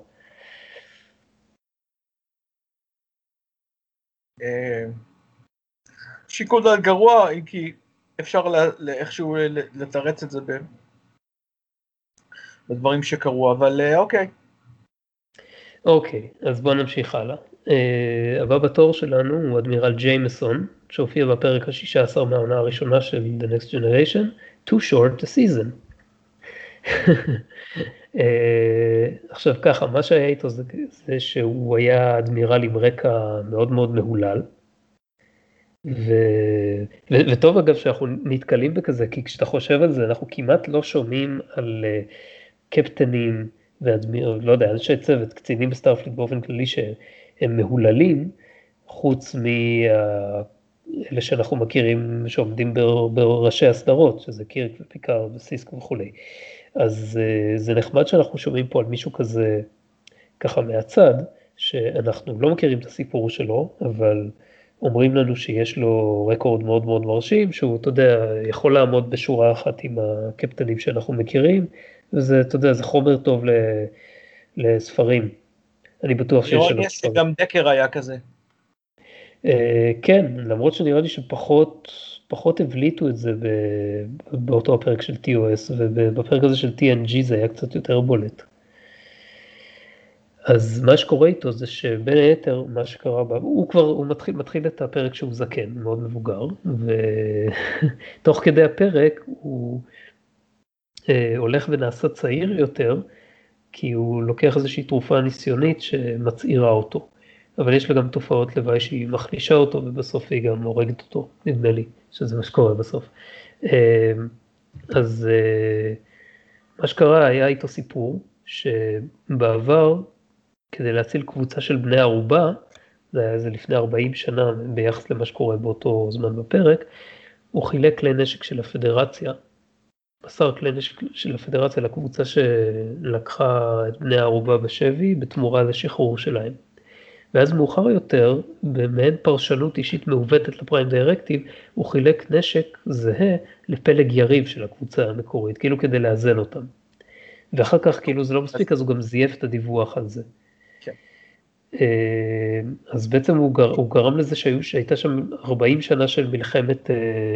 אה, שיקול דעת גרוע, אם כי אפשר לה, לה, איכשהו ל- לתרץ את זה ב- בדברים שקרו, אבל אה, אוקיי. אוקיי, אז בואו נמשיך הלאה. Uh, הבא בתור שלנו הוא אדמירל ג'יימסון, שהופיע בפרק ה-שישה עשר מהעונה הראשונה של The Next Generation, Too Short a Season. uh, עכשיו ככה, מה שהיה איתו זה, זה שהוא היה אדמירל עם רקע מאוד מאוד מהולל, ו... ו... וטוב אגב שאנחנו נתקלים בכזה, כי כשאתה חושב על זה, אנחנו כמעט לא שומעים על uh, קפטנים ואדמיר, לא יודע, אנשי צוות, קצינים בסטארפליט באופן כללי שהם מהוללים, חוץ מאלה שאנחנו מכירים שעומדים בר, בראשי הסדרות, שזה קירק ופיקר וסיסקו וכולי. אז uh, זה נחמד שאנחנו שומעים פה על מישהו כזה, ככה מהצד, שאנחנו לא מכירים את הסיפור שלו, אבל אומרים לנו שיש לו רקורד מאוד מאוד מרשים, שהוא, אתה יודע, יכול לעמוד בשורה אחת עם הקפטנים שאנחנו מכירים, וזה, אתה יודע, זה חומר טוב לספרים. אני בטוח שיש עליו אירוניה ספרים. שגם דקר היה כזה. אה, כן, למרות שנראה לי שפחות פחות הבליטו את זה באותו הפרק של טי או אס, ובפרק הזה של טי אן ג'י זה היה קצת יותר בולט. אז מה שקורה איתו זה שבין היתר מה שקרה בה, הוא כבר, הוא מתחיל, מתחיל את הפרק שהוא זקן, מאוד מבוגר, ותוך כדי הפרק הוא אה, הולך ונעשה צעיר יותר, כי הוא לוקח איזושהי תרופה ניסיונית שמצעירה אותו. אבל יש לה גם תופעות לוואי שהיא מחלישה אותו, ובסוף היא גם הורגת אותו, נדמה לי, שזה מה שקורה בסוף. אה, אז אה, מה שקרה היה איתו סיפור, שבעבר, כדי להציל קבוצה של בני ערובה, זה היה זה לפני ארבעים שנה ביחס למה שקורה באותו זמן בפרק, הוא חילק כלי נשק של הפדרציה, מסר כלי נשק של הפדרציה לקבוצה שלקחה את בני הערובה בשבי בתמורה לשחרור שלהם. ואז מאוחר יותר, במעין פרשנות אישית מעוותת לפריים דירקטיב, הוא חילק נשק זהה לפלג יריב של הקבוצה המקורית, כאילו כדי לאזן אותם. ואחר כך, כאילו זה לא מספיק, אז הוא גם זייף את הדיווח על זה. כן. אז בעצם הוא, גר, הוא גרם לזה שהיו, שהייתה שם ארבעים שנה של מלחמת,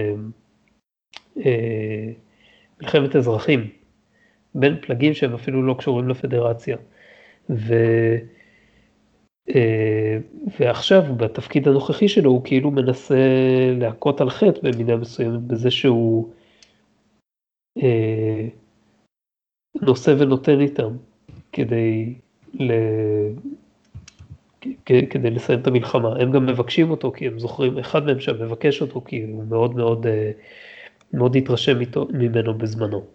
מלחמת אזרחים, בין פלגים שהם אפילו לא קשורים לפדרציה. ו... ועכשיו בתפקיד הנוכחי שלו הוא כאילו מנסה להכות על חטא במידה מסוימת בזה שהוא אה, נושא ונותן איתם כדי, ל... כדי לסיים את המלחמה. הם גם מבקשים אותו כי הם זוכרים, אחד מהם שם מבקש אותו כי הוא מאוד מאוד, מאוד התרשם איתו, ממנו בזמנו.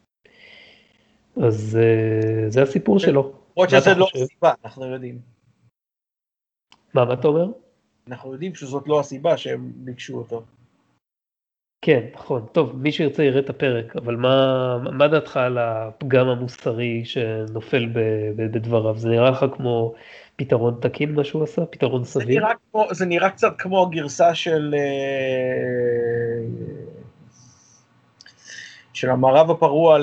אז זה הסיפור שלו. עוד שזה לא הסיבה, אנחנו יודעים. מה, מה אתה אומר? אנחנו יודעים שזאת לא הסיבה שהם ביקשו אותו. כן, נכון. טוב, מי שירצה יראה את הפרק, אבל מה, מה דעתך על הפגם המוסרי שנופל ב, ב, בדבריו? זה נראה לך כמו פתרון תקין מה שהוא עשה? פתרון סביר? זה נראה, כמו, זה נראה קצת כמו הגרסה של, של המערב הפרוע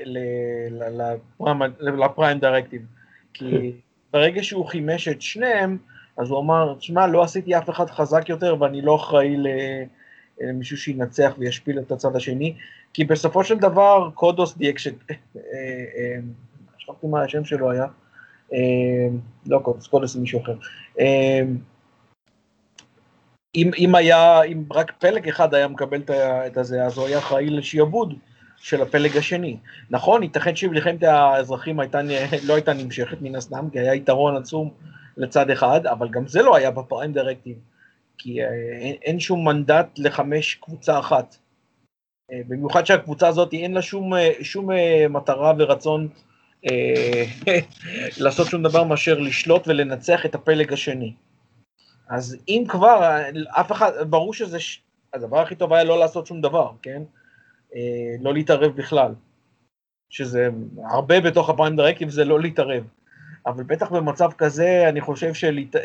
לפריים דירקטיב. כי ברגע שהוא חימש את שניהם, אז הוא אמר, תשמע, לא עשיתי אף אחד חזק יותר, ואני לא אחראי למישהו שינצח וישפיל את הצד השני, כי בסופו של דבר, קודוס דיאק, שכחתי מה השם שלו היה, לא קודוס, קודוס זה מישהו אחר, אם, אם היה, אם רק פלג אחד היה מקבל את הזה, אז הוא היה אחראי לשיעבוד של הפלג השני. נכון, ייתכן שמלחמת האזרחים הייתה, לא הייתה נמשכת מן הסתם, כי היה יתרון עצום לצד אחד, אבל גם זה לא היה בפריים דירקטיב, כי אין, אין שום מנדט לחמש קבוצה אחת. במיוחד שהקבוצה הזאת אין לה שום, שום מטרה ורצון אה, לעשות שום דבר מאשר לשלוט ולנצח את הפלג השני. אז אם כבר, אף אחד, ברור שזה, הדבר הכי טוב היה לא לעשות שום דבר, כן? אה, לא להתערב בכלל. שזה הרבה בתוך הפריים דירקטיב זה לא להתערב. אבל בטח במצב כזה, אני חושב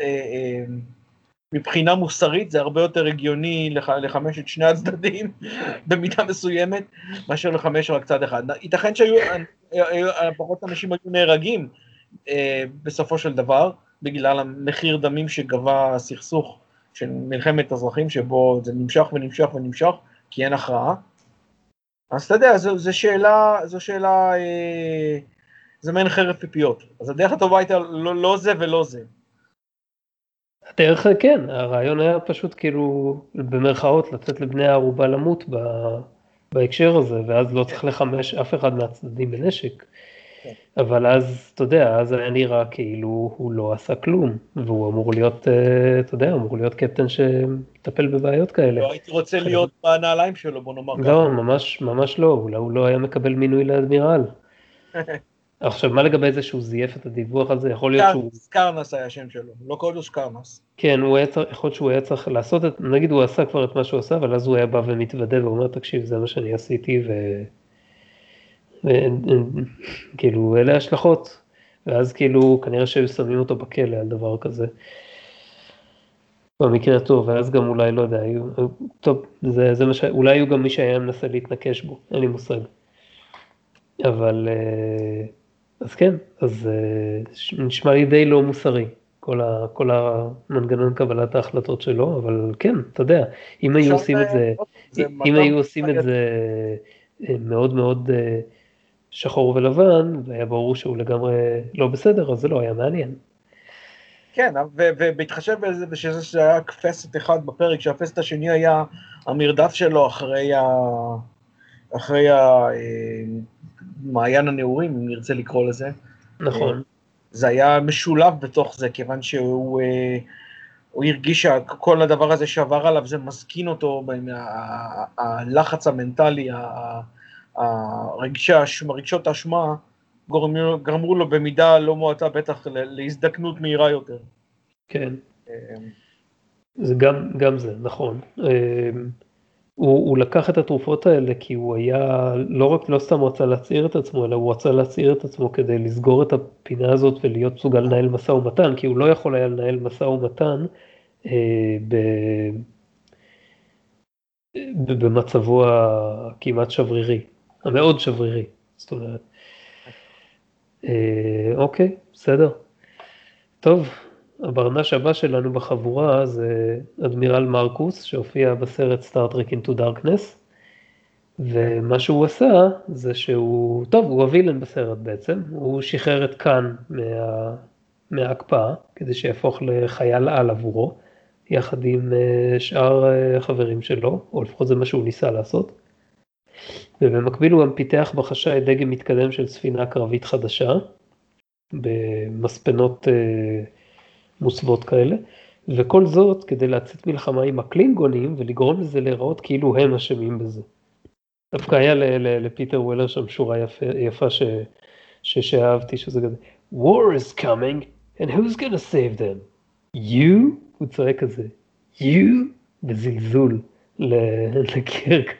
שמבחינה מוסרית זה הרבה יותר הגיוני לחמש את שני הצדדים במידה מסוימת, מאשר לחמש רק צד אחד. ייתכן שהיו, פחות אנשים היו נהרגים בסופו של דבר, בגלל המחיר דמים שגבה הסכסוך של מלחמת אזרחים, שבו זה נמשך ונמשך ונמשך, כי אין הכרעה. אז אתה יודע, זו, זו שאלה, זו שאלה, אה, זה מעין חרב פיפיות. אז הדרך הטובה הייתה לא, לא זה ולא זה. הדרך, כן, הרעיון היה פשוט כאילו, במרכאות, לתת לבני הערובה למות ב, בהקשר הזה, ואז לא צריך לחמש אף אחד מהצדדים בנשק. כן. אבל אז, אתה יודע, אז היה נראה כאילו הוא לא עשה כלום, והוא אמור להיות, אתה יודע, אמור להיות קפטן שמטפל בבעיות כאלה. לא הייתי רוצה להיות בנעליים שלו, בוא נאמר ככה. לא, ממש, ממש לא, אולי הוא לא היה מקבל מינוי לאדמירל. עכשיו, מה לגבי זה שהוא זייף את הדיווח על זה? יכול להיות שהוא... קרנס היה השם שלו, לא קודוס קרנס. כן, הוא היה צריך, יכול להיות שהוא היה צריך לעשות את, נגיד הוא עשה כבר את מה שהוא עשה, אבל אז הוא היה בא ומתוודה ואומר, תקשיב, זה מה שאני עשיתי, ו... כאילו, אלה השלכות, ואז כאילו, כנראה שהיו שמים אותו בכלא על דבר כזה. במקרה הטוב, ואז גם אולי, לא יודע, היו, טוב, זה, זה מה ש... אולי היו גם מי שהיה מנסה להתנקש בו, אין לי מושג. אבל, אז כן, אז נשמע לי די לא מוסרי, כל, ה, כל המנגנון קבלת ההחלטות שלו, אבל כן, אתה יודע, אם היו עושים את זה, אם היו עושים את זה מאוד מאוד שחור ולבן, והיה ברור שהוא לגמרי לא בסדר, אז זה לא היה מעניין. כן, ובהתחשב בזה שזה היה פסט אחד בפרק, שהפסט השני היה המרדף שלו אחרי ה... אחרי מעיין הנעורים, אם נרצה לקרוא לזה. נכון. זה היה משולב בתוך זה, כיוון שהוא הוא הרגיש שכל הדבר הזה שעבר עליו, זה מסכין אותו, הלחץ המנטלי, הרגשות האשמה, גרמו לו במידה לא מועטה בטח להזדקנות מהירה יותר. כן. זה גם, גם זה, נכון. הוא, הוא לקח את התרופות האלה כי הוא היה, לא רק לא סתם רצה להצעיר את עצמו, אלא הוא רצה להצעיר את עצמו כדי לסגור את הפינה הזאת ולהיות מסוגל לנהל משא ומתן, כי הוא לא יכול היה לנהל משא ומתן אה, ב, במצבו הכמעט שברירי, המאוד שברירי, זאת אומרת. אה, אוקיי, בסדר. טוב, הברנש הבא שלנו בחבורה זה אדמירל מרקוס, שהופיע בסרט סטארטרק אינטו דארקנס, ומה שהוא עשה זה שהוא, טוב, הוא הווילן בסרט בעצם, הוא שחרר את קאן מה, מההקפאה, כדי שיהפוך לחייל על עבורו, יחד עם שאר החברים שלו, או לפחות זה מה שהוא ניסה לעשות. ובמקביל הוא גם פיתח בחשאי דגם מתקדם של ספינה קרבית חדשה, במספנות מוסוות כאלה, וכל זאת כדי להצית מלחמה עם הקלינגונים, ולגרום לזה להיראות כאילו הם אשמים בזה. דווקא היה לפיטר וולר שם שורה יפה, יפה ש, ש, שאהבתי, שזה כזה, War is coming, and who's gonna save them? You? הוא צועק כזה, you? בזלזול לקירק.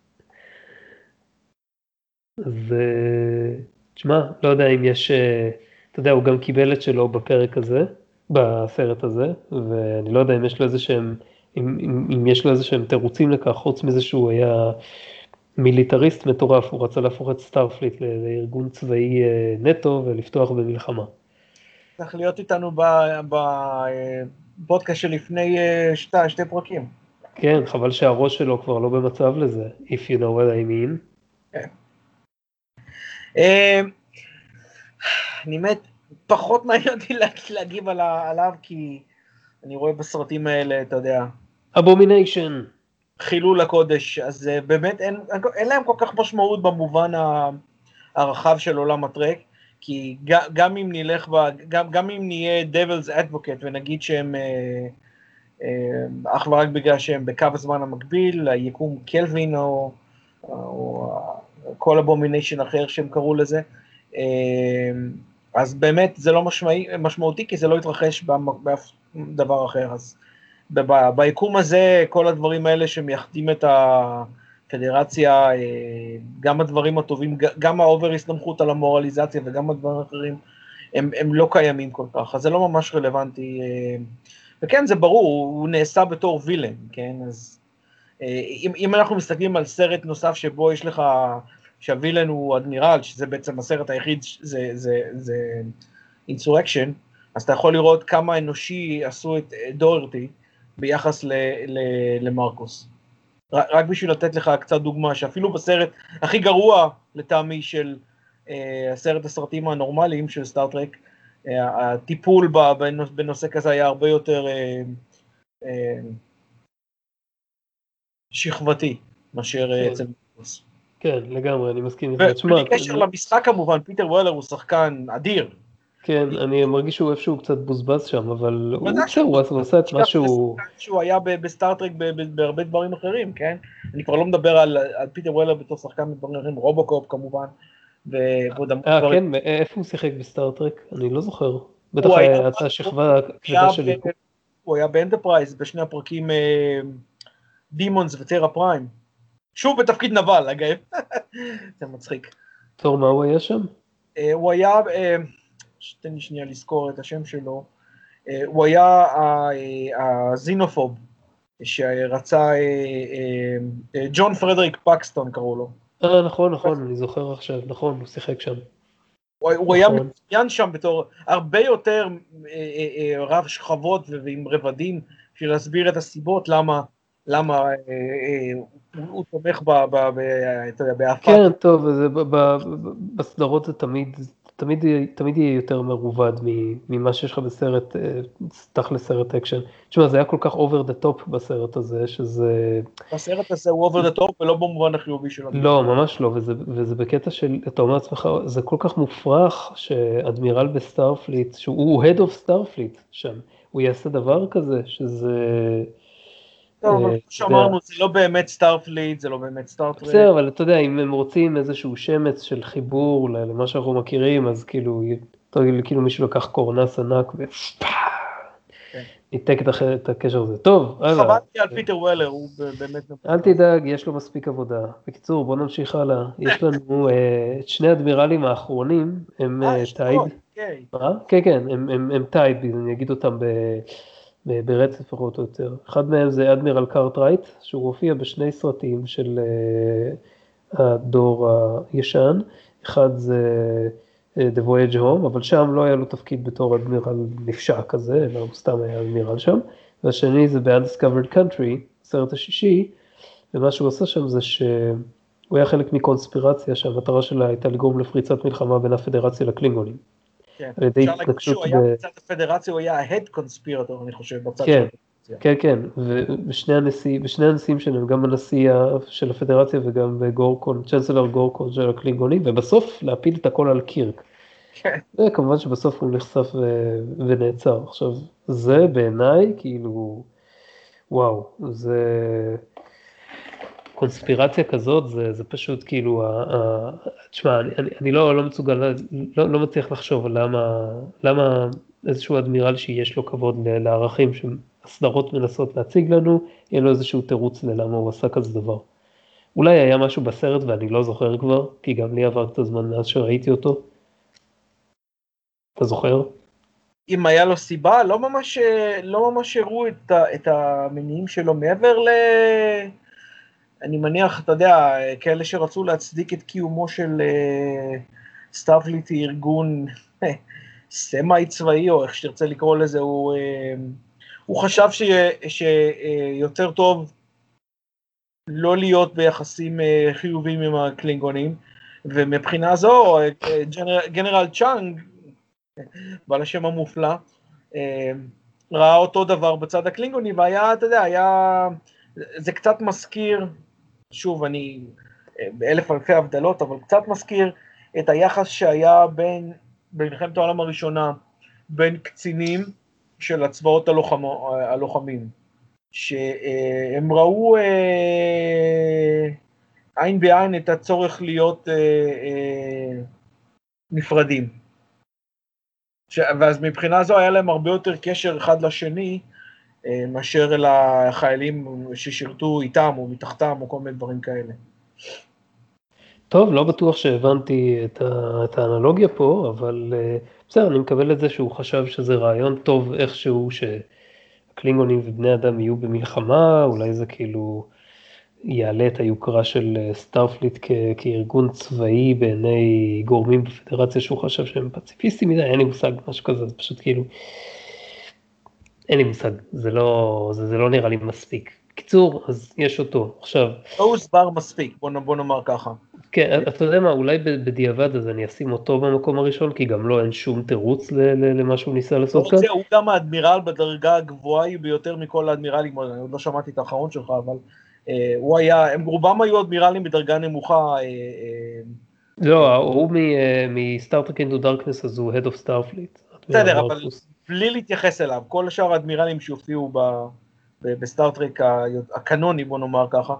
אז תשמע, לא יודע אם יש, אתה יודע, הוא גם קיבל את שלו בפרק הזה, בסרט הזה, ואני לא יודע אם יש לו איזה שהם, אם, אם, אם יש לו איזה שהם תירוצים לכך, חוץ מזה שהוא היה מיליטריסט מטורף, הוא רצה להפוך את סטארפליט לארגון צבאי נטו ולפתוח במלחמה. צריך להיות איתנו בפודקאסט שלפני שתי, שתי פרקים. כן, חבל שהראש שלו כבר לא במצב לזה, if you know what I mean. כן. אני מת, פחות מעניין אותי להגיב עליו, כי אני רואה בסרטים האלה, אתה יודע, Abomination. חילול הקודש, אז באמת אין, אין להם כל כך משמעות במובן הרחב של עולם הטרק, כי גם אם נלך, גם, גם אם נהיה Devil's Advocate ונגיד שהם אך ורק בגלל שהם בקו הזמן המקביל, היקום קלווין או, או כל Abomination אחר שהם קראו לזה, אז באמת זה לא משמעי, משמעותי, כי זה לא יתרחש באף דבר אחר. אז ב- ביקום הזה, כל הדברים האלה שמייחדים את הפדרציה, גם הדברים הטובים, גם האובר הסתמכות על המורליזציה וגם הדברים האחרים, הם, הם לא קיימים כל כך, אז זה לא ממש רלוונטי. וכן, זה ברור, הוא נעשה בתור וילן, כן? אז אם, אם אנחנו מסתכלים על סרט נוסף שבו יש לך, שהווילן הוא אדמירל, שזה בעצם הסרט היחיד, זה, זה, זה Insurrection, אז אתה יכול לראות כמה אנושי עשו את דורטי ביחס ל, ל, למרקוס. רק בשביל לתת לך קצת דוגמה, שאפילו בסרט הכי גרוע לטעמי של אה, הסרט הסרטים הנורמליים של סטארטרק, אה, הטיפול בנושא כזה היה הרבה יותר אה, אה, שכבתי, מאשר כן. אצל מרקוס. כן, לגמרי, אני מסכים. ובלי קשר למשחק כמובן, פיטר וולר הוא שחקן אדיר. כן, אני מרגיש שהוא איפשהו קצת בוזבז שם, אבל הוא בסדר, הוא עשה את מה שהוא... שהוא היה בסטארטרק בהרבה דברים אחרים, כן? אני כבר לא מדבר על פיטר וולר בתור שחקן בדברים אחרים, רובוקופ כמובן, ועוד המון דברים. אה, כן, איפה הוא שיחק בסטארטרק? אני לא זוכר. בטח הייתה שכבה כבדה שלי. הוא היה באנטרפרייז בשני הפרקים דימונס וטרה פריים. שוב בתפקיד נבל, אגב. זה מצחיק. תור, מה הוא היה שם? הוא היה... תן לי שנייה לזכור את השם שלו, הוא היה הזינופוב, שרצה, ג'ון פרדריק פקסטון קראו לו. אה, נכון, נכון, אני זוכר עכשיו, נכון, הוא שיחק שם. הוא היה מצוין שם בתור הרבה יותר רב שכבות ועם רבדים, בשביל להסביר את הסיבות למה, למה הוא תומך בהפת. כן, טוב, בסדרות זה תמיד... תמיד, תמיד יהיה יותר מרובד ממה שיש לך בסרט, תכל'ס סרט אקשן. תשמע, זה היה כל כך over the top בסרט הזה, שזה... הסרט הזה הוא over the top ולא במובן החיובי של המילה. לא, ממש לא, וזה, וזה בקטע של, אתה אומר לעצמך, זה כל כך מופרך שאדמירל בסטארפליט, שהוא Head of Starfleet שם, הוא יעשה דבר כזה, שזה... טוב, אבל כמו שאמרנו, זה לא באמת סטארפליט, זה לא באמת סטארטרק. בסדר, אבל אתה יודע, אם הם רוצים איזשהו שמץ של חיבור למה שאנחנו מכירים, אז כאילו, כאילו מישהו לקח קורנס ענק וניתק את הקשר הזה. טוב, הלאה. חבדתי על פיטר וולר, הוא באמת... אל תדאג, יש לו מספיק עבודה. בקיצור, בוא נמשיך הלאה. יש לנו את שני אדמירלים האחרונים, הם טייד. כן, כן, הם טייד, אני אגיד אותם ב... ברצף פחות או יותר. אחד מהם זה אדמירל קארטרייט, שהוא הופיע בשני סרטים של uh, הדור הישן. אחד זה uh, The Voyage Home, אבל שם לא היה לו תפקיד בתור אדמירל נפשע כזה, אלא הוא סתם היה אדמירל שם. והשני זה ב-Undiscovered Country, הסרט השישי, ומה שהוא עשה שם זה שהוא היה חלק מקונספירציה, שהמטרה שלה הייתה לגרום לפריצת מלחמה בין הפדרציה לקלינגונים. כן, אפשר להגיד שהוא היה בצד הפדרציה, הוא היה ההד קונספירטור, אני חושב, בצד של הפדרציה. כן, כן, ובשני הנשיאים, בשני הנשיאים שלהם, גם הנשיא של הפדרציה וגם בגורקון, צ'אנסלר גורקון של הקלינגונים, ובסוף להפיל את הכל על קירק. כן. וכמובן שבסוף הוא נחשף ונעצר. עכשיו, זה בעיניי, כאילו, וואו, זה... קונספירציה כזאת, זה, זה פשוט כאילו, תשמע, אני, אני, אני לא, לא מצוגל, לא, לא מצליח לחשוב על למה, למה איזשהו אדמירל שיש לו כבוד לערכים שהסדרות מנסות להציג לנו, יהיה לו איזשהו תירוץ ללמה הוא עשה כזה דבר. אולי היה משהו בסרט ואני לא זוכר כבר, כי גם לי עבר את הזמן מאז שראיתי אותו. אתה זוכר? אם היה לו סיבה, לא ממש, לא ממש הראו את, את המניעים שלו מעבר ל... אני מניח, אתה יודע, כאלה שרצו להצדיק את קיומו של סטארפליט, ארגון סמי צבאי, או איך שתרצה לקרוא לזה, הוא, הוא חשב ש, שיותר טוב לא להיות ביחסים חיוביים עם הקלינגונים, ומבחינה זו, ג'נרל, גנרל צ'אנג, בעל השם המופלא, ראה אותו דבר בצד הקלינגוני, והיה, אתה יודע, היה, זה קצת מזכיר, שוב, אני באלף אלפי הבדלות, אבל קצת מזכיר את היחס שהיה בין, במלחמת העולם הראשונה, בין קצינים של הצבאות הלוחמ, הלוחמים, שהם ראו אה, עין בעין את הצורך להיות אה, אה, נפרדים. ש, ואז מבחינה זו היה להם הרבה יותר קשר אחד לשני, מאשר אל החיילים ששירתו איתם או מתחתם או כל מיני דברים כאלה. טוב, לא בטוח שהבנתי את, ה, את האנלוגיה פה, אבל בסדר, אני מקבל את זה שהוא חשב שזה רעיון טוב איכשהו שהקלינגונים ובני אדם יהיו במלחמה, אולי זה כאילו יעלה את היוקרה של סטארפליט כ, כארגון צבאי בעיני גורמים בפדרציה שהוא חשב שהם פציפיסטים מדי, אין לי מושג משהו כזה, זה פשוט כאילו... אין לי מושג, זה לא, זה, זה לא נראה לי מספיק. קיצור, אז יש אותו. עכשיו... לא הוסבר מספיק, בוא, בוא נאמר ככה. כן, אתה יודע מה, אולי בדיעבד אז אני אשים אותו במקום הראשון, כי גם לא אין שום תירוץ למה שהוא ניסה לעשות כאן. הוא גם האדמירל בדרגה הגבוהה ביותר מכל האדמירלים, אני עוד לא שמעתי את האחרון שלך, אבל אה, הוא היה, הם רובם היו אדמירלים בדרגה נמוכה. אה, אה, לא, הוא מסטארטרק אינטו דארקנס, אז הוא Head of Starfleet. בסדר, אבל בלי להתייחס אליו, כל השאר האדמירלים שהופיעו בסטארטרק הקנוני, בוא נאמר ככה,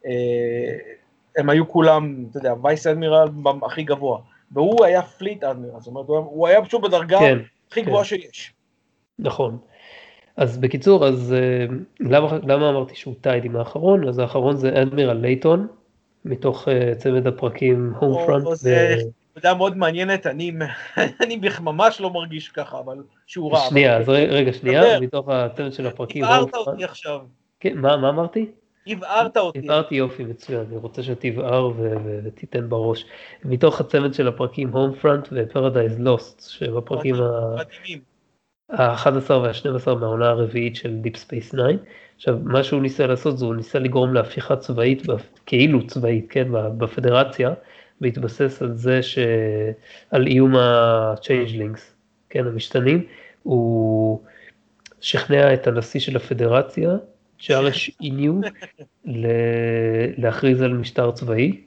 הם היו כולם, אתה יודע, וייס אדמירל הכי גבוה, והוא היה פליט אדמירל, זאת אומרת, הוא היה פשוט בדרגה הכי גבוהה שיש. נכון. אז בקיצור, אז למה, למה אמרתי שהוא טייד עם האחרון? אז האחרון זה אדמירל לייטון, מתוך צמד הפרקים הום פרונט. נקודה מאוד מעניינת, אני, אני ממש לא מרגיש ככה, אבל שהוא רע. שנייה, אז רגע, שנייה, מתוך הצמד של הפרקים. הבארת אותי עכשיו. כן, מה, מה אמרתי? הבארת אותי. הבארתי יופי, מצוין, אני רוצה שתבער ותיתן בראש. מתוך הצמד של הפרקים Homefront ו-Paradise Lost, שבפרקים ה-אחד עשר וה-שתים עשרה מהעונה הרביעית של Deep Space Nine. עכשיו, מה שהוא ניסה לעשות, זה הוא ניסה לגרום להפיכה צבאית, כאילו צבאית, כן, בפדרציה, והתבסס על זה ש... על איום ה-changelings, כן, המשתנים, הוא שכנע את הנשיא של הפדרציה, צ'ארש איניו, להכריז על משטר צבאי,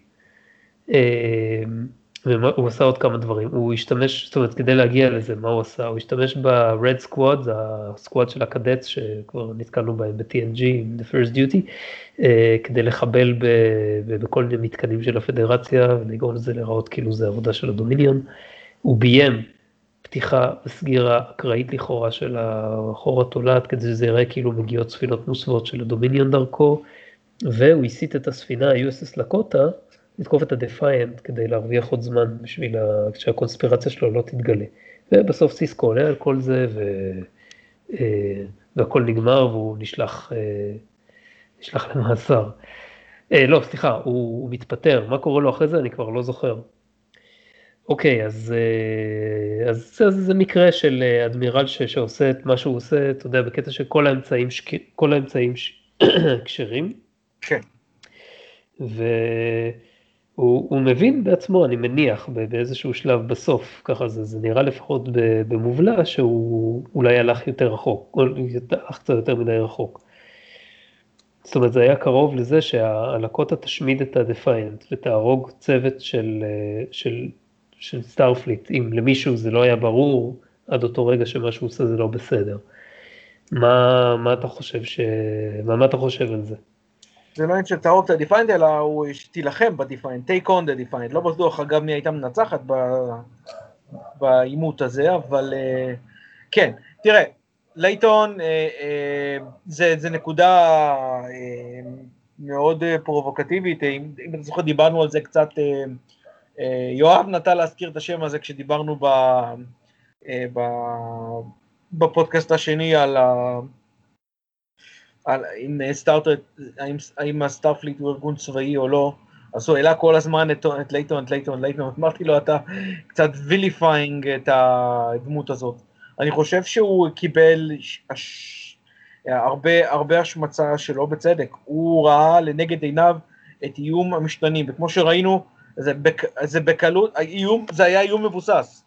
והוא עשה עוד כמה דברים, הוא השתמש, זאת אומרת, כדי להגיע לזה, מה הוא עשה? הוא השתמש ב-Red Squad, זה הסקואד של הקדץ, שכבר נתקלנו בהם ב-טי אן ג'י, The First Duty, כדי לחבל בכל מיני מתקנים של הפדרציה, ולגרום לזה להיראות כאילו זה עבודה של הדומיניון. הוא ביים פתיחה וסגירה אקראית לכאורה של החור התולעת, כדי שזה יראה כאילו מגיעות ספינות מוסוות של הדומיניון דרכו, והוא הסיט את הספינה, ה-יו אס אס לקוטה, לתקוף את ה-Defiant כדי להרוויח עוד זמן בשביל שהקונספירציה שלו לא תתגלה. ובסוף סיסקו עולה על כל זה, ו... והכל נגמר והוא נשלח, נשלח למאסר. לא, סליחה, הוא, הוא מתפטר. מה קורה לו אחרי זה? אני כבר לא זוכר. אוקיי, אז, אז זה, זה מקרה של אדמירל ש, שעושה את מה שהוא עושה, אתה יודע, בקטע שכל האמצעים, כל האמצעים כשרים. כן. ו... הוא, הוא מבין בעצמו, אני מניח, באיזשהו שלב בסוף, ככה זה, זה נראה לפחות במובלע, שהוא אולי הלך יותר רחוק, או הלך קצת יותר מדי רחוק. זאת אומרת, זה היה קרוב לזה שהלקוטה תשמיד את ה-Defiant, ותהרוג צוות של, של, של סטארפליט, אם למישהו זה לא היה ברור, עד אותו רגע שמה שהוא עושה זה לא בסדר. מה, מה אתה חושב ש... מה, מה אתה חושב על זה? זה לא אין שתהרוג את ה-Defiant, אלא הוא תילחם ב-Defiant, take on the Defiant, לא בטוח אגב מי הייתה מנצחת בעימות הזה, אבל כן, תראה, לייטון זה, זה נקודה מאוד פרובוקטיבית, אם, אם אתה זוכר דיברנו על זה קצת, יואב נטה להזכיר את השם הזה כשדיברנו ב, ב, בפודקאסט השני על ה... אם סטארטר, האם הסטארפליט הוא ארגון צבאי או לא, אז הוא העלה כל הזמן את, את לייטון, את לייטון, לייטון, אמרתי לו, אתה קצת ויליפיינג את הדמות הזאת. אני חושב שהוא קיבל הש... הרבה, הרבה השמצה שלו בצדק, הוא ראה לנגד עיניו את איום המשתנים, וכמו שראינו, זה, בק... זה בקלות, האיום, זה היה איום מבוסס.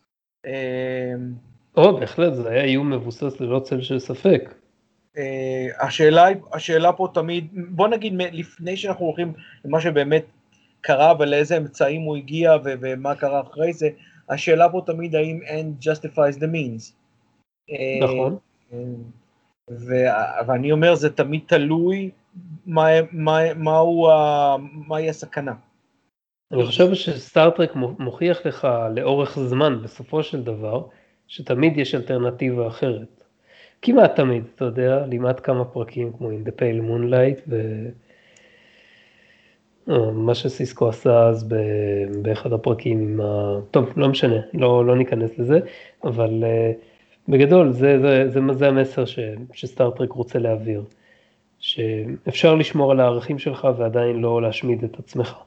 או, בהחלט, זה היה איום מבוסס ללא צל של ספק. Uh, השאלה, השאלה פה תמיד, בוא נגיד לפני שאנחנו הולכים למה שבאמת קרה ולאיזה אמצעים הוא הגיע ו- ומה קרה אחרי זה, השאלה פה תמיד האם end justifies the means. נכון. Uh, ו- ואני אומר זה תמיד תלוי מה, מה, מה הוא, מהי הסכנה. אני חושב שסטארטרק מוכיח לך לאורך זמן בסופו של דבר, שתמיד יש אלטרנטיבה אחרת. כמעט תמיד, אתה יודע, לימד כמה פרקים כמו In the Pale Moonlight, ומה שסיסקו עשה אז באחד הפרקים עם ה... טוב, לא משנה, לא, לא ניכנס לזה, אבל בגדול זה, זה, זה, זה המסר ש, שסטארטרק רוצה להעביר, שאפשר לשמור על הערכים שלך ועדיין לא להשמיד את עצמך.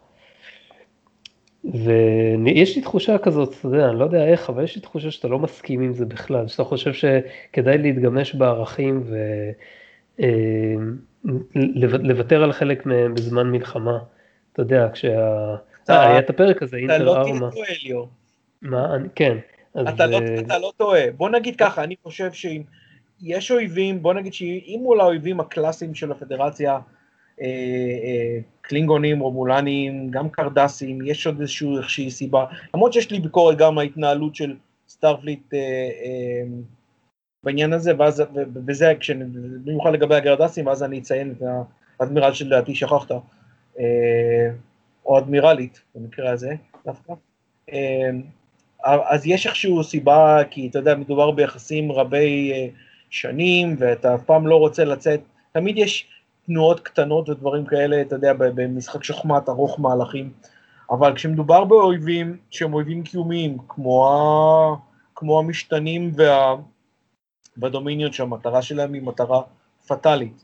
ויש לי תחושה כזאת, אתה יודע, אני לא יודע איך, אבל יש לי תחושה שאתה לא מסכים עם זה בכלל, שאתה חושב שכדאי להתגמש בערכים ולוותר על חלק מהם בזמן מלחמה. אתה יודע, כשה... היה את הפרק הזה, אינטר ארמה. אתה לא תהיה אליו. מה? כן. אתה לא טועה. בוא נגיד ככה, אני חושב שאם יש אויבים, בוא נגיד שאם מול האויבים הקלאסיים של הפדרציה, קלינגונים, רומולנים, גם קרדסים, יש עוד איזושהי סיבה, למרות שיש לי ביקורת גם ההתנהלות של סטארפליט בעניין הזה, וזה במיוחד לגבי הקרדסים, ואז אני אציין את האדמירל שלדעתי שכחת, או אדמירלית במקרה הזה דווקא. אז יש איזושהי סיבה, כי אתה יודע, מדובר ביחסים רבי שנים, ואתה אף פעם לא רוצה לצאת, תמיד יש תנועות קטנות ודברים כאלה, אתה יודע, במשחק שחמט ארוך מהלכים, אבל כשמדובר באויבים שהם אויבים קיומיים, כמו, ה... כמו המשתנים וה... בדומיניון, שהמטרה שלהם היא מטרה פטלית,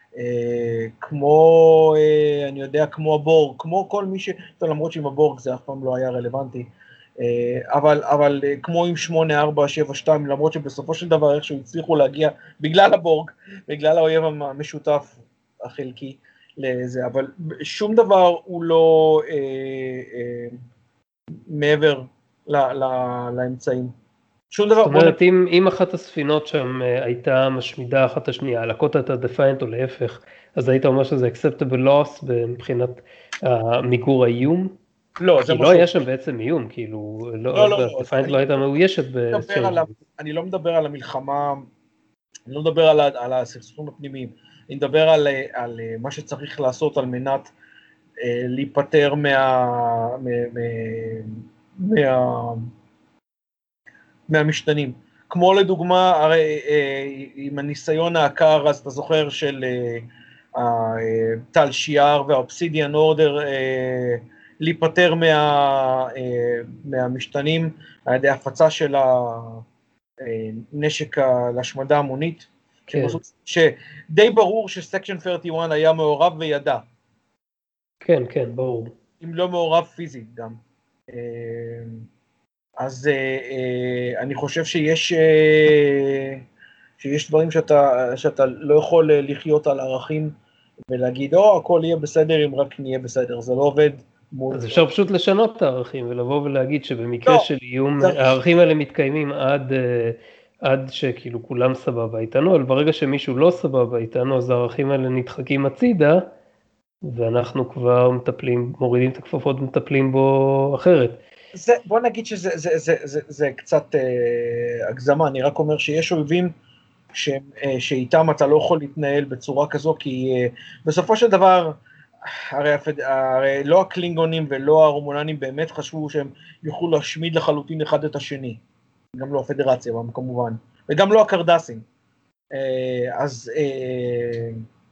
כמו, אני יודע, כמו הבורג, כמו כל מי ש... טוב, למרות שעם הבורג זה אף פעם לא היה רלוונטי, אבל, אבל כמו עם שמונה ארבע שבע שתיים, למרות שבסופו של דבר איכשהו הצליחו להגיע, בגלל הבורג, בגלל האויב המשותף, החלקי, לזה, אבל שום דבר הוא לא אה, אה, מעבר ל, ל, לאמצעים. שום דבר, זאת בוא אומרת, נגיד, אם, אם אחת הספינות שם אה, הייתה משמידה אחת השנייה, הלקות הייתה defiant או להפך, אז היית אומר שזה acceptable loss מבחינת מיגור האיום? לא, זה כי לא משהו, היה שם בעצם איום, כאילו, לא, לא, לא, לא, defiant אני לא הייתה מאוישת מדבר על, ב-change. ה- אני לא מדבר על המלחמה, אני לא מדבר על, ה- על הסכסוכים הפנימיים, אני מדבר על, על מה שצריך לעשות על מנת אה, להיפטר מה, מה, מה, מה, מהמשתנים. כמו לדוגמה, הרי אה, עם הניסיון העקר, אז אתה זוכר של אה, אה, טל שיער והאובסידיאן אורדר, אה, להיפטר מה, אה, מהמשתנים על ידי הפצה של הנשק להשמדה המונית, כן, שדי ברור שסקשן שלושים ואחת היה מעורב וידע, כן, כן, ברור. אם לא מעורב פיזית גם. אז אני חושב שיש שיש דברים שאתה, שאתה לא יכול לחיות על ערכים ולהגיד, או, הכל יהיה בסדר אם רק נהיה בסדר, זה לא עובד מול... אז אפשר פשוט לשנות את הערכים ולבוא ולהגיד שבמקרה לא, של איום, צריך... הערכים האלה מתקיימים עד, אה, עד שכאילו כולם סבבה איתנו, אבל ברגע שמישהו לא סבבה איתנו, אז הערכים האלה נדחקים הצידה, ואנחנו כבר מטפלים, מורידים את הכפפות ומטפלים בו אחרת. זה, בוא נגיד שזה זה, זה, זה, זה קצת אה, הגזמה, אני רק אומר שיש אויבים ש, אה, שאיתם אתה לא יכול להתנהל בצורה כזו, כי אה, בסופו של דבר, הרי, הרי לא הקלינגונים ולא הרומולנים באמת חשבו שהם יוכלו להשמיד לחלוטין אחד את השני, גם לא הפדרציה כמובן, וגם לא הקרדסים. אה, אז... אה,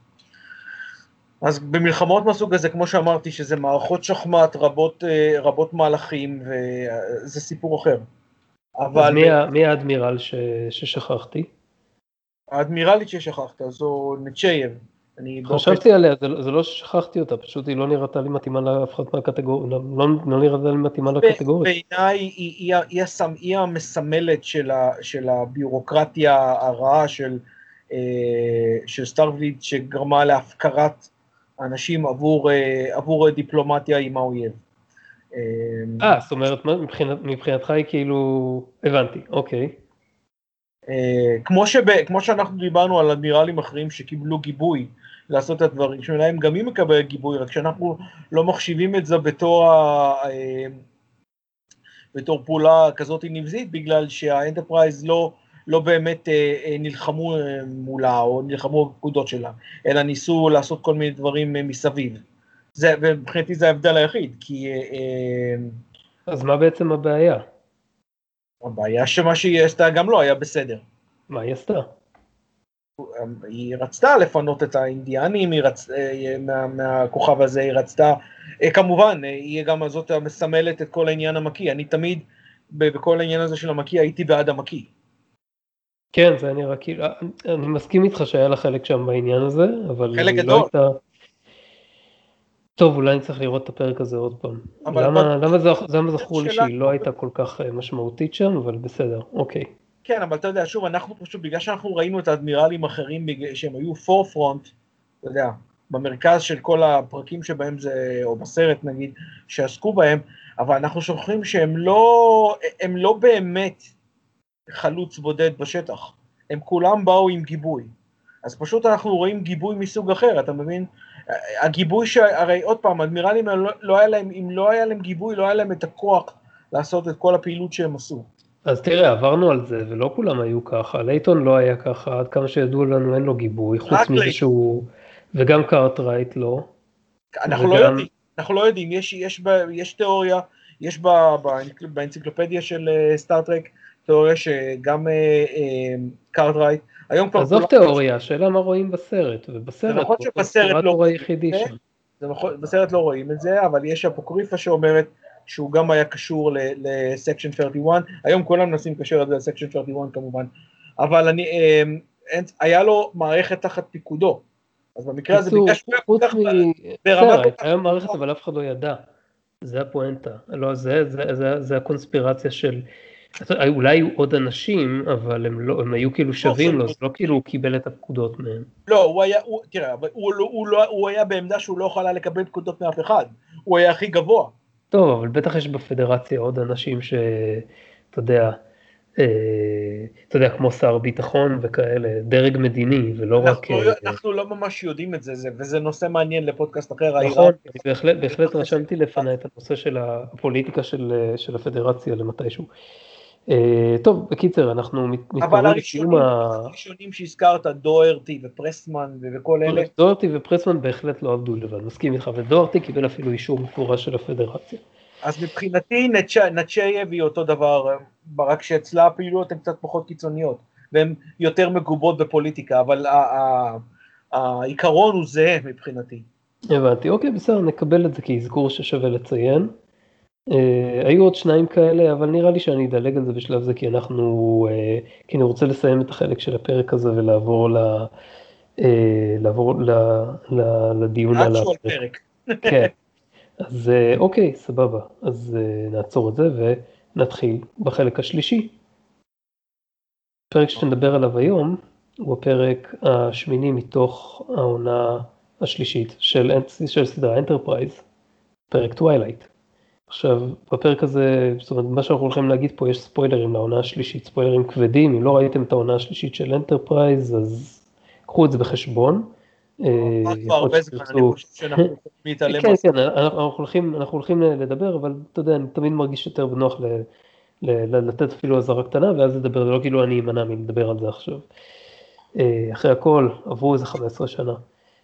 אז במלחמות מהסוג הזה, כמו שאמרתי, שזה מערכות שחמט רבות, רבות מהלכים, וזה סיפור אחר. אז אבל מי, ה- מי האדמירל ש, ששכחתי? האדמירלית ששכחת, זו נצ'ייב. אני באופן... חשבתי עליה, זה, לא- זה לא ששכחתי אותה, פשוט היא לא נראתה לי מתאימה לאף אחת מהקטגוריות, לא, לא, לא נראתה לי מתאימה לקטגוריות. בעיניי היא, היא, היא, היא, היא המסמלת של, ה, של הביורוקרטיה הרעה של, של סטארפליט, שגרמה להפקרת אנשים עבור, עבור דיפלומטיה עם האויב. אה, זאת אומרת, מבחינת, מבחינתך היא כאילו, הבנתי, אוקיי. כמו, שב, כמו שאנחנו דיברנו על אדמירלים אחרים שקיבלו גיבוי לעשות את הדברים שלהם, גם היא מקבלת גיבוי, רק שאנחנו לא מחשיבים את זה בתור, ה, בתור פעולה כזאת נבזית, בגלל שהאנטרפרייז לא, לא באמת נלחמו מולה או נלחמו בפקודות שלה, אלא ניסו לעשות כל מיני דברים מסביב. זה, ובחינתי זה ההבדל היחיד, כי... אז מה בעצם הבעיה? הבעיה שמה שהיא עשתה גם לא היה בסדר. מה היא עשתה? היא רצתה לפנות את האינדיאנים, היא רצ... מה, מהכוכב הזה, היא רצתה, כמובן, היא גם הזאת מסמלת את כל העניין המקיא, אני תמיד, בכל העניין הזה של המקיא, הייתי בעד המקיא. כן, זה נראה כאילו, אני מסכים איתך שהיה לה חלק שם בעניין הזה, אבל חלק היא לא גדול. הייתה... טוב, אולי אני צריך לראות את הפרק הזה עוד פעם. אבל למה, למה, זכ... למה זכור לי שלה... שהיא לא הייתה כל כך משמעותית שם, אבל בסדר, אוקיי. כן, אבל אתה יודע, שוב, אנחנו פשוט, בגלל שאנחנו ראינו את האדמירלים אחרים שהם היו פורפרונט, אתה יודע, במרכז של כל הפרקים שבהם זה, או בסרט נגיד, שעסקו בהם, אבל אנחנו שוכחים שהם לא, הם לא באמת חלוץ בודד בשטח, הם כולם באו עם גיבוי, אז פשוט אנחנו רואים גיבוי מסוג אחר, אתה מבין? הגיבוי שהרי עוד פעם, אדמירלים לא, לא היה להם, אם לא היה להם גיבוי, לא היה להם את הכוח לעשות את כל הפעילות שהם עשו. אז תראה, עברנו על זה, ולא כולם היו ככה, לייטון לא היה ככה, עד כמה שידעו לנו אין לו גיבוי, חוץ מזה לייטון. שהוא, וגם קארטרייט לא. אנחנו וגם... לא יודעים, אנחנו לא יודעים, יש, יש, ב, יש תיאוריה, יש ב, ב, באנציקלופדיה של סטארטרק, תיאוריה שגם קארטרייט, היום כבר עזוב תיאוריה, השאלה מה רואים בסרט, ובסרט זה נכון הוא שבסרט לא הקונספירטור היחידי שם. זה נכון, בסרט לא רואים את זה, אבל יש אפוקריפה שאומרת שהוא גם היה קשור לסקשן שלושים ואחת, היום כולם מנסים לקשר את זה לסקשן שלושים ואחת כמובן, אבל אני, היה לו מערכת תחת פיקודו, אז במקרה הזה בגלל שהוא היה כל כך ברמת... היה מערכת אבל אף אחד לא ידע, זה הפואנטה, לא, זה, זה, זה, זה הקונספירציה של, אולי היו עוד אנשים, אבל הם, לא, הם היו כאילו שווים לו, זה לא כאילו הוא קיבל את הפקודות מהם. לא, הוא היה, הוא, תראה, הוא, הוא, הוא, לא, הוא היה בעמדה שהוא לא יכולה לקבל פקודות מאף אחד, הוא היה הכי גבוה. טוב, אבל בטח יש בפדרציה עוד אנשים שאתה יודע, אה, אתה יודע, כמו שר ביטחון וכאלה, דרג מדיני, ולא אנחנו, רק... לא, אנחנו לא ממש יודעים את זה, זה, וזה נושא מעניין לפודקאסט אחר. נכון, אני בהחלט, בהחלט רשמתי לפני את הנושא של הפוליטיקה של, של הפדרציה למתישהו. טוב, בקיצר, אנחנו מתקרבים אבל לסיום ה... הראשונים שהזכרת, דוארטי ופרסמן וכל אלה. דוארטי ופרסמן בהחלט לא עבדו לבד, מסכים איתך, ודוארטי קיבל אפילו אישור מפורש של הפדרציה. אז מבחינתי נצ'ייב היא אותו דבר, רק שאצלה הפעילויות הן קצת פחות קיצוניות, והן יותר מגובות בפוליטיקה, אבל העיקרון הוא זהה מבחינתי. הבנתי, אוקיי, בסדר, נקבל את זה כאזכור ששווה לציין. היו עוד שניים כאלה, אבל נראה לי שאני אדלג על זה בשלב זה, כי אנחנו, כי אני רוצה לסיים את החלק של הפרק הזה ולעבור ל... לעבור לדיון על הפרק. כן, אז אוקיי, סבבה, אז נעצור את זה ונתחיל בחלק השלישי. הפרק שנדבר עליו היום הוא הפרק השמיני מתוך העונה השלישית של, של סדרה אנטרפרייז, פרק טווילייט. עכשיו, בפרק הזה, זאת אומרת, מה שאנחנו הולכים להגיד פה, יש ספוילרים לעונה השלישית, ספוילרים כבדים, אם לא ראיתם את העונה השלישית של אנטרפרייז, אז קחו את זה בחשבון. כבר הרבה זמן, אני חושב שאנחנו יכולים להתעלם. כן, כן, אנחנו הולכים לדבר, אבל אתה יודע, אני תמיד מרגיש יותר בנוח לתת אפילו עזרה קטנה, ואז לדבר, זה לא כאילו אני אמנע מלדבר על זה עכשיו. אחרי הכל, עברו איזה חמש עשרה שנה.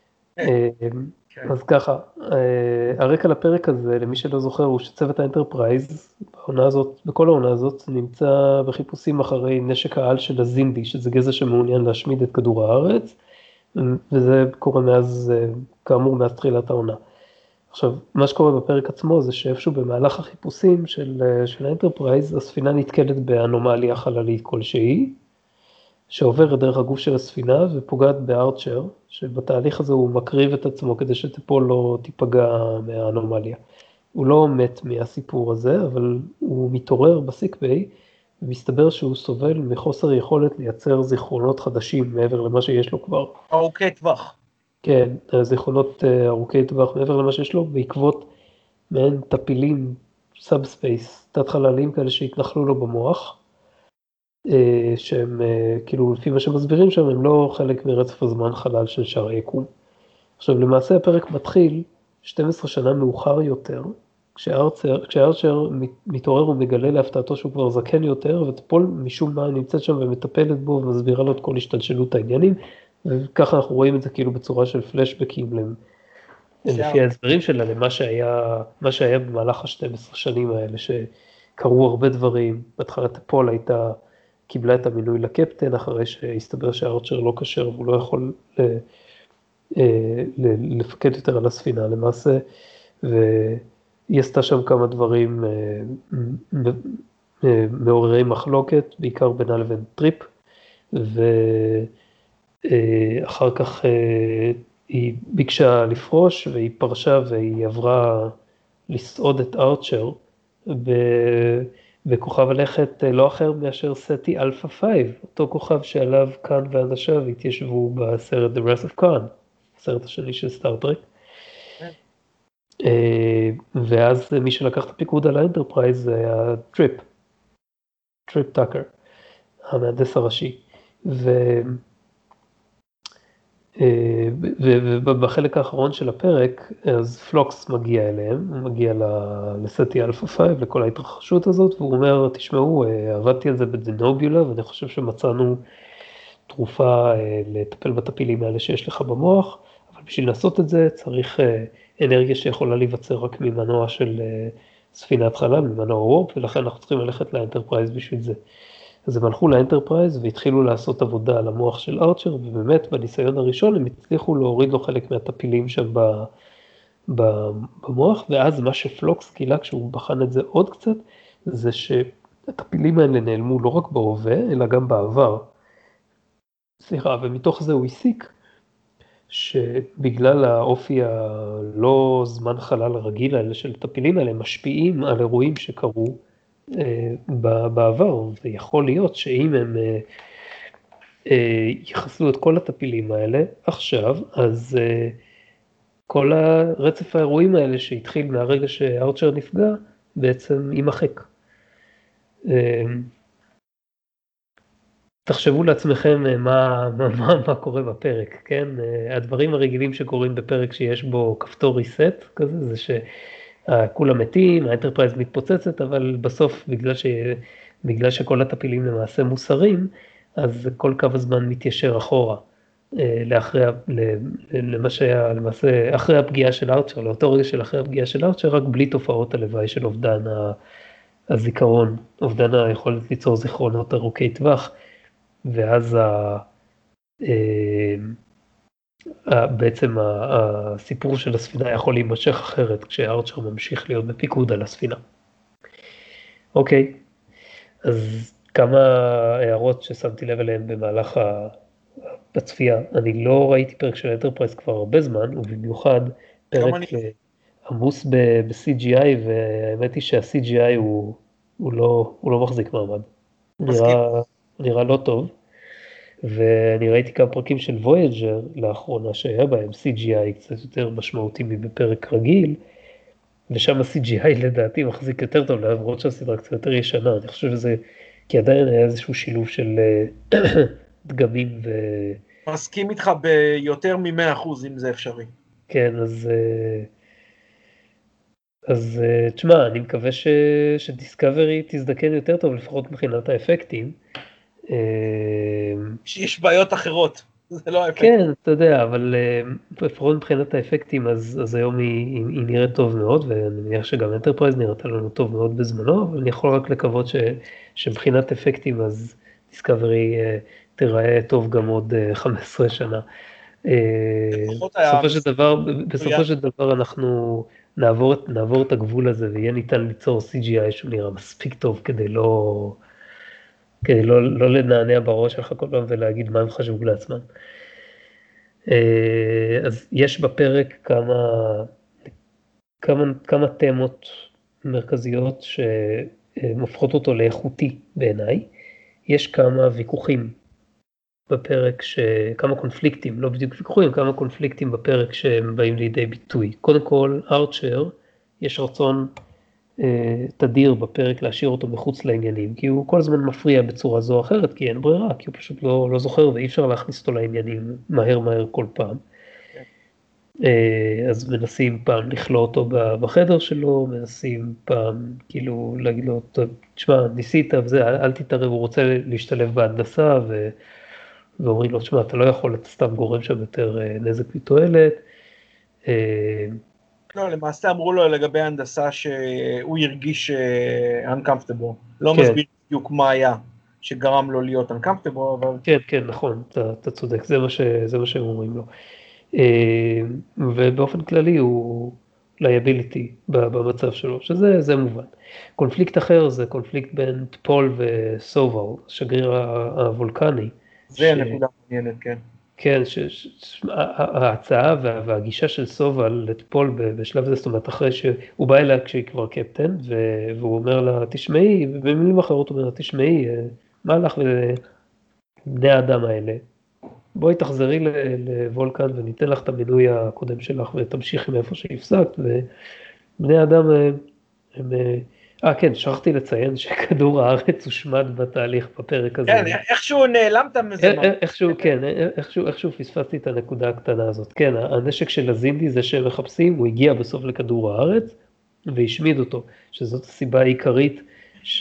אז ככה, הרקע לפרק הזה, למי שלא זוכר, הוא שצוות האנטרפרייז, בעונה הזאת, בכל העונה הזאת, נמצא בחיפושים אחרי נשק העל של הזינדי, שזה גזע שמעוניין להשמיד את כדור הארץ, וזה קורה מאז, כאמור, מאז תחילת העונה. עכשיו, מה שקורה בפרק עצמו זה שאיפשהו במהלך החיפושים של, של האנטרפרייז, הספינה נתקלת באנומליה חללית כלשהי, שעוברת דרך הגוף של הספינה ופוגעת בארצ'ר, שבתהליך הזה הוא מקריב את עצמו כדי שתיפול לא תיפגע מהאנומליה. הוא לא מת מהסיפור הזה, אבל הוא מתעורר בסיקביי, ומסתבר שהוא סובל מחוסר יכולת לייצר זיכרונות חדשים מעבר למה שיש לו כבר. ארוכי טווח. כן, זיכרונות ארוכי טווח מעבר למה שיש לו, בעקבות מעין טפילים, סאב-ספייס, תת-חללים כאלה שהתנחלו לו במוח, שהם כאילו לפי מה שמסבירים שם, הם לא חלק מרצף הזמן חלל של שאר היקום. עכשיו למעשה הפרק מתחיל שתים עשרה שנה מאוחר יותר, כשארצ'ר, כשארצ'ר מתעורר ומגלה להפתעתו שהוא כבר זקן יותר, וטפול משום מה נמצאת שם ומטפלת בו ומסבירה לו את כל השתלשלות העניינים, וככה אנחנו רואים את זה כאילו בצורה של פלשבקים להם, לפי ההסברים שלה למה שהיה, מה שהיה במהלך ה-שתים עשרה שנים האלה, שקרו הרבה דברים. בהתחלה טפול הייתה, קיבלה את המינוי לקפטן, אחרי שהסתבר שארצ'ר לא קשר, והוא לא יכול לפקד יותר על הספינה למעשה, והיא עשתה שם כמה דברים מעוררי מחלוקת, בעיקר בינה לבין טריפ, ואחר כך היא ביקשה לפרוש, והיא פרשה והיא עברה לסעוד את ארצ'ר, בכוכב הלכת לא אחר מאשר סטי אלפא חמש, אותו כוכב שעליו קאן ואנשיו התיישבו בסרט The Wrath of Khan, הסרט השני של סטארטרק. ואז מי שלקח את הפיקוד על האנטרפרייז זה היה טריפ, טריפ טאקר, המהנדס הראשי. ובחלק האחרון של הפרק, אז פלוקס מגיע אליהם, הוא מגיע לסטי אלפא חמש, לכל ההתרחשות הזאת, והוא אומר, תשמעו, עבדתי על זה בדנובולה, ואני חושב שמצאנו תרופה לטפל בטפילים האלה שיש לך במוח, אבל בשביל לעשות את זה צריך אנרגיה שיכולה להיווצר רק ממנוע של ספינת חלל, ממנוע וורפ, ולכן אנחנו צריכים ללכת לאנטרפרייז בשביל זה. אז הם הלכו לאנטרפרייז והתחילו לעשות עבודה על המוח של ארצ'ר, ובאמת בניסיון הראשון הם הצליחו להוריד לו חלק מהטפילים שם במוח, ואז מה שפלוקס גילה כשהוא בחן את זה עוד קצת, זה שהטפילים האלה נעלמו לא רק בהווה, אלא גם בעבר. סליחה, ומתוך זה הוא הסיק, שבגלל האופי הלא זמן חלל הרגיל האלה של טפילים האלה, משפיעים על אירועים שקרו בעבר, ויכול להיות שאם הם יחסלו את כל הטפילים האלה עכשיו, אז כל הרצף האירועים האלה שהתחיל מהרגע שארצ'ר נפגע, בעצם יימחק. תחשבו לעצמכם מה, מה, מה, מה קורה בפרק, כן? הדברים הרגילים שקורים בפרק שיש בו כפתור reset כזה, זה שכולם מתים, האנטרפרייז מתפוצצת, אבל בסוף בגלל, ש, בגלל שכל הטפילים למעשה מוסרים, אז כל קו הזמן מתיישר אחורה, לאחרי, למה שהיה למעשה אחרי הפגיעה של ארצ'ר, לאותו רגע של אחרי הפגיעה של ארצ'ר, רק בלי תופעות הלוואי של אובדן הזיכרון, אובדן היכולת ליצור זיכרונות ארוכי טווח, ואז ה, ה, בעצם הסיפור של הספינה יכול להימשך אחרת, כשארצ'ר ממשיך להיות בפיקוד על הספינה. אוקיי, אז כמה הערות ששמתי לב אליהן במהלך הצפייה. אני לא ראיתי פרק של אנטרפרייז כבר הרבה זמן, ובמיוחד פרק עמוס ב-סי ג'י איי, והאמת היא שה-סי ג'י איי הוא, הוא, לא, הוא לא מחזיק מעמד. נראה, נראה לא טוב. ואני ראיתי כמה פרקים של וויג'ר לאחרונה שהיה בהם סי ג'י איי קצת יותר משמעותי מבפרק רגיל, ושם ה-סי ג'י איי לדעתי מחזיק יותר טוב, למרות שהסדרה קצת יותר ישנה. אני חושב שזה, כי עדיין היה איזשהו שילוב של דגמים ו... מסכים איתך ביותר מ-מאה אחוז אם זה אפשרי. כן, אז... אז תשמע, אני מקווה ש... שדיסקאברי תזדקן יותר טוב, לפחות מבחינת האפקטים. שיש בעיות אחרות, זה לא האפקט. כן, אתה יודע, אבל לפחות מבחינת האפקטים, אז, אז היום היא, היא נראית טוב מאוד, ואני מניח שגם אנטרפרייז נראתה לנו טוב מאוד בזמנו, אבל אני יכול רק לקוות ש... שמבחינת אפקטים, אז דיסקאברי תיראה טוב גם עוד חמש עשרה שנה. בסופו של דבר, בסופו של דבר אנחנו נעבור, נעבור את הגבול הזה, ויהיה ניתן ליצור סי ג'י איי שהוא נראה מספיק טוב כדי לא, כדי לא, לא לנענע בראש שלך כל פעם ולהגיד מה הם חשבו לעצמם. אז יש בפרק כמה, כמה, כמה תמות מרכזיות שמופכות אותו לאיכותי בעיניי. יש כמה ויכוחים בפרק, ש... כמה קונפליקטים, לא בדיוק ויכוחים, כמה קונפליקטים בפרק שהם באים לידי ביטוי. קודם כל, ארצ'ר, יש רצון אה, תדיר בפרק להשאיר אותו מחוץ לעניינים, כי הוא כל הזמן מפריע בצורה זו או אחרת, כי אין ברירה, כי הוא פשוט לא, לא זוכר, ואי אפשר להכניס אותו לעניינים מהר מהר כל פעם. אה, אז מנסים פעם לכלוא אותו בחדר שלו, מנסים פעם כאילו להגיד לו, תשמע, ניסית וזה, אל תתערב, הוא רוצה להשתלב בהנדסה, ו... ואומרים לו, תשמע, אתה לא יכול, אתה סתם גורם שם יותר נזק מתועלת. לא, למעשה אמרו לו לגבי הנדסה שהוא הרגיש uncomfortable, לא מסביר בדיוק מה היה שגרם לו להיות uncomfortable, אבל... כן, כן, נכון, אתה, אתה צודק, זה מה, ש, זה מה שהם אומרים לו. ובאופן כללי הוא liability במצב שלו, שזה זה מובן. קונפליקט אחר זה קונפליקט בין פול וסובל, שגריר הוולקני. זה נקודה מעניינת, כן. כן, ההצעה והגישה של סובל לטפול בשלב זה, זאת אומרת, אחרי שהוא בא אליה כשהיא כבר קפטן, והוא אומר לה, תשמעי, במילים אחרות הוא אומר לה, תשמעי, מה הלך לבני האדם האלה? בואי תחזרי לוולקן וניתן לך את המינוי הקודם שלך ותמשיכי מאיפה שהפסקת, ובני האדם הם... אה כן, שכחתי לציין שכדור הארץ הושמד בתהליך בפרק הזה. כן, איכשהו נעלמת מזה. איכשהו, כן, איכשהו, איכשהו פספסתי את הנקודה הקטנה הזאת. כן, הנשק של הזינדי זה שהם מחפשים, הוא הגיע בסוף לכדור הארץ והשמיד אותו, שזאת הסיבה העיקרית ש...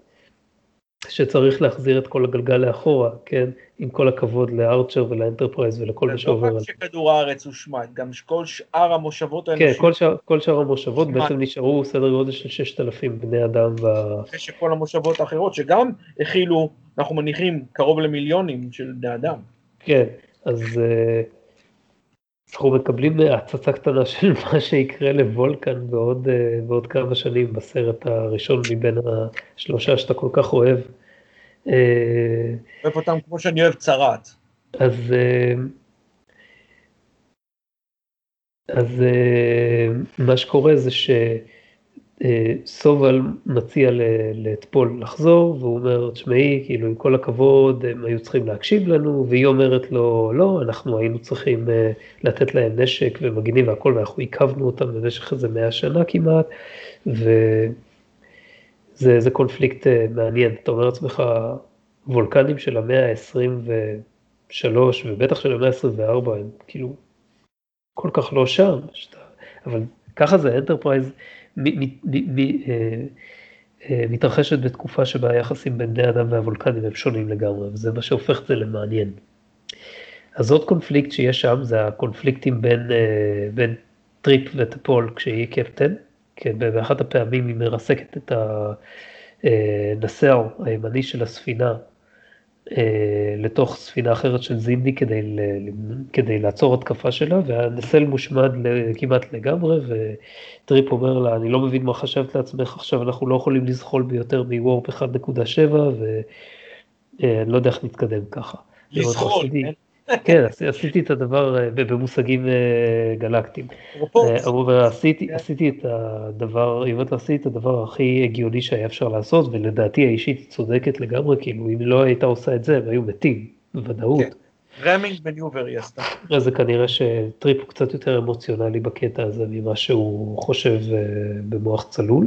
שצריך להחזיר את כל הגלגל לאחורה, כן? עם כל הכבוד לארצ'ר ולאנטרפרייז ולכל מה שעובר. לא רק שכדור הארץ הושמד, גם כל שאר המושבות האנושיות. כן, כל שאר, כל שאר המושבות בעצם נשארו סדר גודל של ששת אלפים בני אדם. אחרי שכל המושבות האחרות, שגם הכילו, אנחנו מניחים, קרוב למיליונים של בני אדם. כן, אז אנחנו מקבלים הצצה קטנה של מה שיקרה לוולקן בעוד, בעוד כמה שנים בסרט הראשון מבין השלושה שאתה כל כך אוהב. אוהב אותם כמו שאני אוהב צרת. אז, אז מה שקורה זה סובל מציע לטפול לחזור, והוא אומר, תשמעי, כאילו עם כל הכבוד, הם היו צריכים להקשיב לנו, והיא אומרת לו, לא, אנחנו היינו צריכים לתת להם נשק ומגינים והכל, ואנחנו עיכבנו אותם במשך איזה מאה שנה כמעט, וזה זה קונפליקט מעניין. אתה אומר לעצמך, וולקנים של המאה ה-עשרים ושלוש, ובטח של המאה ה-עשרים וארבע, הם כאילו כל כך לא שם, שאתה, אבל ככה זה, אנטרפרייז מתרחשת בתקופה שבה היחסים בין בני אדם והוולקנים הם שונים לגמרי, וזה מה שהופך את זה למעניין. אז עוד קונפליקט שיש שם, זה הקונפליקטים בין, בין טריפ וטפול כשהיא קפטן, כי באחת הפעמים היא מרסקת את הנסר הימני של הספינה, לתוך ספינה אחרת של זינדי כדי, כדי לעצור התקפה שלה, והנסל מושמד כמעט לגמרי, וטריפ אומר לה, אני לא מבין מה חשבת לעצמך, עכשיו אנחנו לא יכולים לזחול ביותר מוורפ אחת נקודה שבע, ואני לא יודע איך נתקדם ככה. לזחול, כן? כן, עשיתי את הדבר במושגים גלקטיים. עשיתי, עשיתי את הדבר, אם אתה עשיתי את הדבר הכי הגיוני שהיה אפשר לעשות, ולדעתי האישית היא צודקת לגמרי, כאילו אם לא הייתה עושה את זה, הם היו מתים, בוודאות. רמינג מניובר היא עשתה. אז זה כנראה שטריפ הוא קצת יותר אמוציונלי בקטע הזה, ממה שהוא חושב במוח צלול.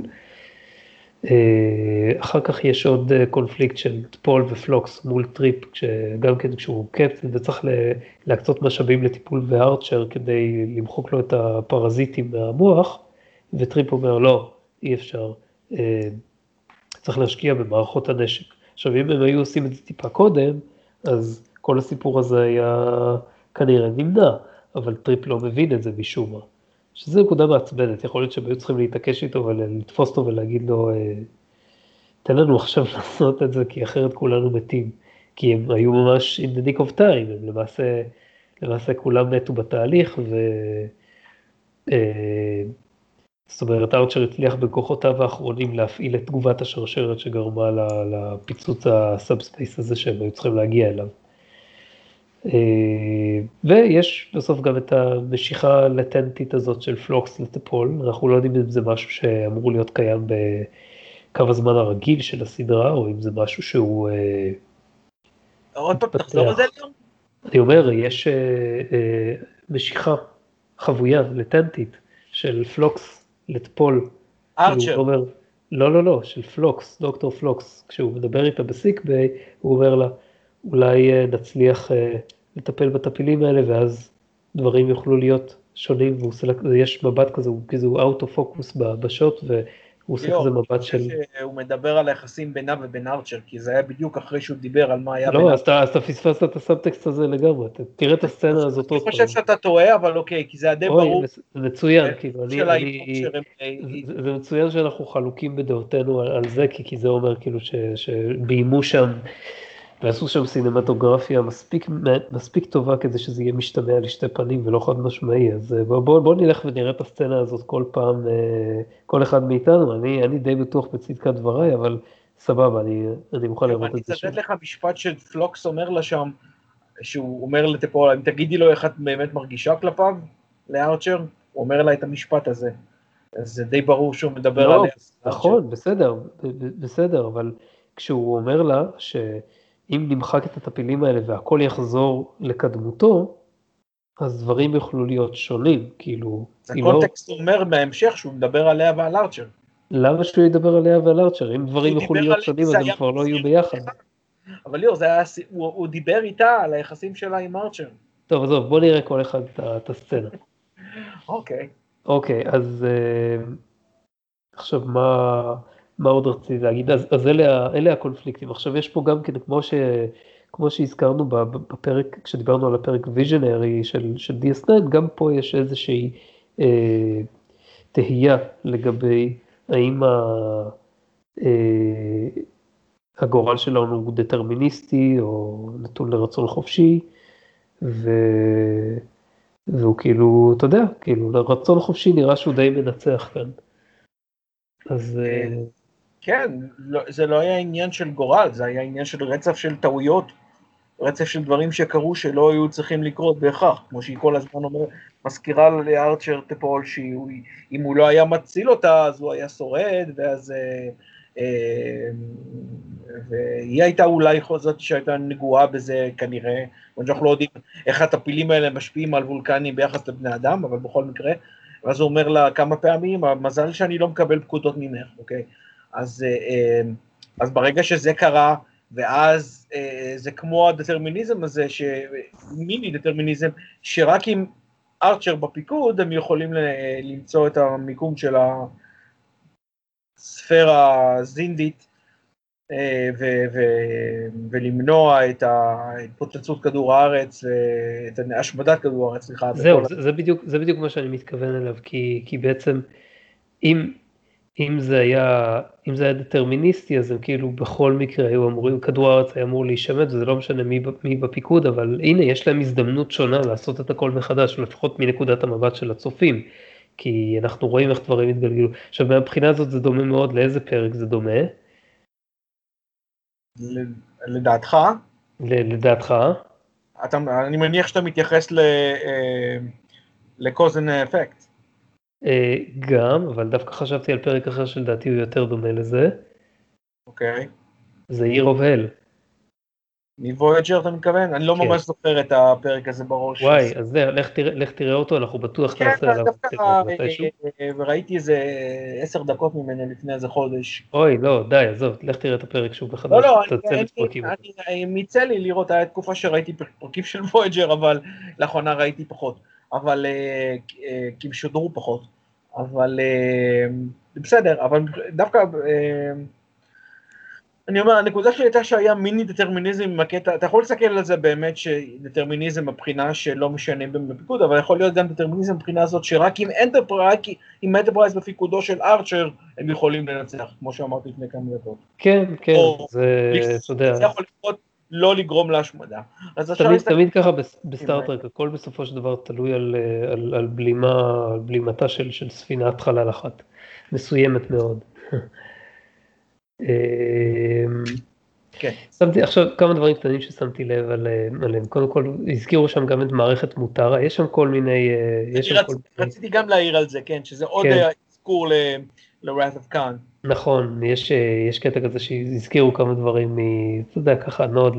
אחר כך יש עוד קונפליקט של פול ופלוקס מול טריפ, גם כן כשהוא קפטן וצריך להקצות משאבים לטיפול וארצ'ר כדי למחוק לו את הפרזיטים מהמוח, וטריפ אומר לא, אי אפשר, צריך להשקיע במערכות הנשק. עכשיו אם הם היו עושים את זה טיפה קודם, אז כל הסיפור הזה היה כנראה נמנע, אבל טריפ לא מבין את זה משום מה. שזה נקודה מעצבנת, יכול להיות שהם היו צריכים להתעקש איתו ולתפוס אותו ולהגיד לו, תן לנו עכשיו לעשות את זה, כי אחרת כולנו מתים. כי הם היו ממש in the nick of time, הם למעשה, למעשה כולם מתו בתהליך, ו... זאת אומרת, ארצ'ר הצליח בכוחותיו האחרונים להפעיל את תגובת השרשרת שגרמה לפיצוץ הסאבספייס הזה שהם היו צריכים להגיע אליו. ויש בסוף גם את המשיכה הלטנטית הזאת של פלוקס לטפול, אנחנו לא יודעים אם זה משהו שאמור להיות קיים בקו הזמן הרגיל של הסדרה, או אם זה משהו שהוא... עוד פעם, תחזור על זה ליום? אני אומר, יש משיכה חבויה לטנטית של פלוקס לטפול. ארצ'ר. אומר, לא, לא, לא, של פלוקס, דוקטור פלוקס, כשהוא מדבר איתה בסיק ביי, הוא אומר לה, אולי נצליח לטפל בטפילים האלה, ואז דברים יוכלו להיות שונים, ויש מבט כזה, כי הוא אוטו פוקוס בשוט, והוא עושה כזה מבט של... הוא מדבר על היחסים בינה ובין ארצ'ר, כי זה היה בדיוק אחרי שהוא דיבר על מה היה בין... לא, אז אתה פספסת את הסאבטקסט הזה לגמרי, תראה את הסצנה הזאת עוד פעם. אני חושב שאתה טועה, אבל אוקיי, כי זה היה די ברור. זה מצוין, כאילו, זה מצוין שאנחנו חלוקים בדעותינו על זה, כי זה אומר כאילו שביימו שם, ועשו שם סינמטוגרפיה מספיק, מספיק טובה כדי שזה יהיה משתמע לשתי פנים ולא חד משמעי, אז בוא, בוא, בוא נלך ונראה את הסצנה הזאת כל פעם, כל אחד מאיתנו, אני, אני די בטוח בצדקת דבריי, אבל סבבה, אני, אני מוכן לראות את זה שוב. אני אצטט לך משפט שפלוקס אומר לה שם, שהוא אומר לטפול, אם תגידי לו איך את באמת מרגישה כלפיו, לארצ'ר, הוא אומר לה את המשפט הזה, אז זה די ברור שהוא מדבר לא, עליה. נכון, בסדר, בסדר, אבל כשהוא אומר לה ש... אם נמחק את הטפילים האלה והכל יחזור לקדמותו, אז דברים יוכלו להיות שונים, כאילו... הקונטקסט לא... אומר בהמשך שהוא מדבר עליה ועל ארצ'ר. למה שהוא ידבר עליה ועל ארצ'ר? אם דברים יוכלו להיות שונים, אז הם כבר לא יהיו ביחד. אבל ליאור, היה... הוא, הוא דיבר איתה על היחסים שלה עם ארצ'ר. טוב, אז בוא נראה כל אחד את הסצנה. אוקיי. אוקיי, אז עכשיו מה... מה עוד רציתי להגיד? אז, אז אלה, אלה הקונפליקטים. עכשיו יש פה גם כן, כמו, ש, כמו שהזכרנו בפרק, כשדיברנו על הפרק ויז'נרי של, של די אס ניין, גם פה יש איזושהי אה, תהייה לגבי האם ה, אה, הגורל שלנו הוא דטרמיניסטי או נתון לרצון חופשי, ו, והוא כאילו, אתה יודע, כאילו לרצון חופשי נראה שהוא די מנצח כאן. אז... כן, זה לא היה עניין של גורל, זה היה עניין של רצף של טעויות רצף של דברים שקרו שלא היו צריכים לקרות בהכרח, כמו שהיא כל הזמן אומרת, מזכירה לארצ'ר טפול שאם הוא לא היה מציל אותה, אז הוא היה שורד, ואז אה, אה, והיא הייתה אולי זאת שהייתה נגועה בזה כנראה, ואנחנו לא יודעים איך הטפילים האלה משפיעים על וולקנים ביחס לבני אדם, אבל בכל מקרה, ואז הוא אומר לה כמה פעמים, המזל שאני לא מקבל פקודות ממך, אוקיי? אז, אז ברגע שזה קרה, ואז זה כמו הדטרמיניזם הזה, מיני דטרמיניזם, שרק עם ארצ'ר בפיקוד, הם יכולים למצוא את המיקום של הספירה הזינדית, ו- ו- ולמנוע את התפוצצות כדור הארץ, את השמדת כדור הארץ, סליחה. זהו, זה, זה בדיוק, זה בדיוק מה שאני מתכוון אליו, כי, כי בעצם, אם, אם זה היה, אם זה היה דטרמיניסטי, אז הם כאילו בכל מקרה היו אמורים, כדור הארץ היה אמור להישמט, וזה לא משנה מי, מי בפיקוד, אבל הנה, יש להם הזדמנות שונה לעשות את הכל מחדש, לפחות מנקודת המבט של הצופים, כי אנחנו רואים איך דברים התגלגלו. עכשיו, מהבחינה הזאת זה דומה מאוד, לאיזה פרק זה דומה? לדעתך? לדעתך? אתה, אני מניח שאתה מתייחס לקוזן אפקט. גם, אבל דווקא חשבתי על פרק אחר שלדעתי הוא יותר דומה לזה. אוקיי. זה Year of Hell. מוויג'ר אתה מתכוון? אני לא ממש זוכר את הפרק הזה בראש. וואי, אז לך תראה אותו, אנחנו בטוח נעשה עליו סרט מתישהו. וראיתי איזה עשר דקות ממנו לפני איזה חודש. אוי, לא, די, עזוב, לך תראה את הפרק שהוא מחדש. לא, לא, אני מיצא לי לראות, היה תקופה שראיתי פרקים של וויג'ר, אבל לאחרונה ראיתי פחות. אבל, כי שודרו פחות. אבל, בסדר, אבל דווקא, אני אומר, הנקודה שלי הייתה שהיה מיני דטרמיניזם עם הקטע, אתה יכול לסתכל על זה באמת שדטרמיניזם מבחינה שלא משנה בפיקוד, אבל יכול להיות גם דטרמיניזם מבחינה הזאת שרק עם אנטרפרייז, עם אנטרפרייז בפיקודו של ארצ'ר, הם יכולים לנצח, כמו שאמרתי לפני כמה דקות. כן, כן, זה, אתה יודע. זה יכול להיות לא לגרום להשמדה. תמיד, תמיד ככה בסטארטרק, הכל בסופו של דבר תלוי על, על, על בלימה, על בלימתה של, של ספינת חלל אחת, מסוימת מאוד. כן. שמתי עכשיו כמה דברים קטנים ששמתי לב עליהם. קודם כל הזכירו שם גם את מערכת מוטרה, יש שם כל מיני... רציתי גם להעיר על זה, כן, שזה עוד הזכור ל-Wrath of Khan. נכון, יש קטע כזה שהזכירו כמה דברים, אתה יודע, ככה נוד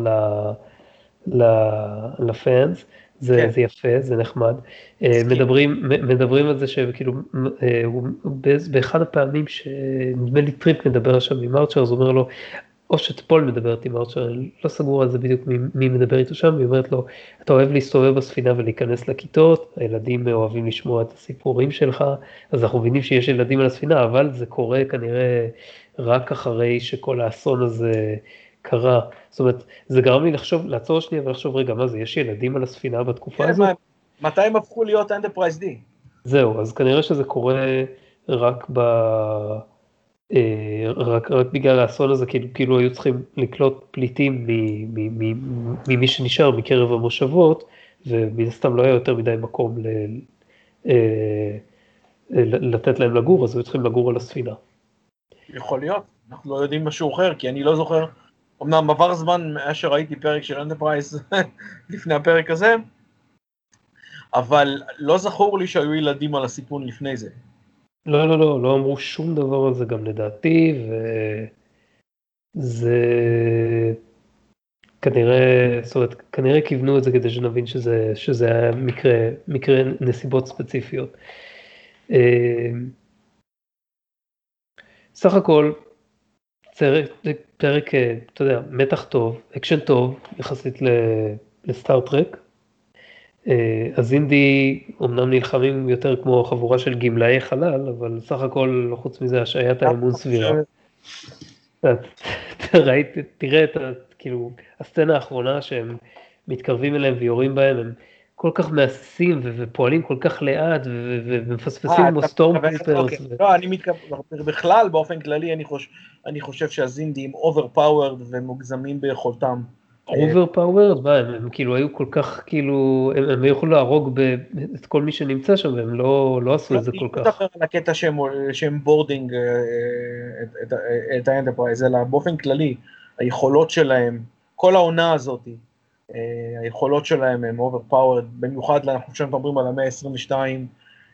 לפאנס, זה יפה, זה נחמד. מדברים על זה שכאילו, באחד הפעמים שנדמה לי טריפ מדבר שם עם ארצ'ר, אז הוא אומר לו, או שטפול מדברת עם ארצ'ר, לא סגור על זה בדיוק מי מדבר איתו שם, היא אומרת לו, אתה אוהב להסתובב בספינה ולהיכנס לכיתות, הילדים אוהבים לשמוע את הסיפורים שלך, אז אנחנו מבינים שיש ילדים על הספינה, אבל זה קורה כנראה רק אחרי שכל האסון הזה קרה. זאת אומרת, זה גרם לי לחשוב, לעצור שנייה ולחשוב, רגע, מה זה, יש ילדים על הספינה בתקופה הזאת? מתי הם הפכו להיות אנטרפרייז די? זהו, אז כנראה שזה קורה רק ב... רק, רק בגלל האסון הזה, כאילו, כאילו היו צריכים לקלוט פליטים ממי שנשאר מקרב המושבות, ומן הסתם לא היה יותר מדי מקום ל, לתת להם לגור, אז היו צריכים לגור על הספינה. יכול להיות, אנחנו לא יודעים משהו אחר, כי אני לא זוכר, אמנם עבר זמן מאז שראיתי פרק של אנטרפרייז לפני הפרק הזה, אבל לא זכור לי שהיו ילדים על הסיפון לפני זה. לא, לא, לא, לא אמרו שום דבר על זה גם לדעתי, וזה כנראה, זאת אומרת, כנראה כיוונו את זה כדי שנבין שזה, שזה היה מקרה, מקרה נסיבות ספציפיות. סך הכל, פרק, אתה יודע, מתח טוב, אקשן טוב, יחסית לסטארטרק. אז אינדי אומנם נלחמים יותר כמו חבורה של גמלאי חלל, אבל סך הכל חוץ מזה השעיית האמון סבירה. תראה את כאילו הסצנה האחרונה שהם מתקרבים אליהם ויורים בהם, הם כל כך מעשים ופועלים כל כך לאט ומפספסים כמו סטורם קופרס. לא, אני מתכוון, בכלל באופן כללי אני חושב שהזינדים אוברפאוורד ומוגזמים ביכולתם. אוברפאוורד? מה, הם כאילו היו כל כך, כאילו, הם יכולו להרוג את כל מי שנמצא שם, והם לא עשו את זה כל כך. אני לא מדבר על הקטע שהם בורדינג את האנטרפרייז, אלא באופן כללי, היכולות שלהם, כל העונה הזאת, היכולות שלהם הם overpowered, במיוחד אנחנו עכשיו מדברים על המאה ה-עשרים ושתיים,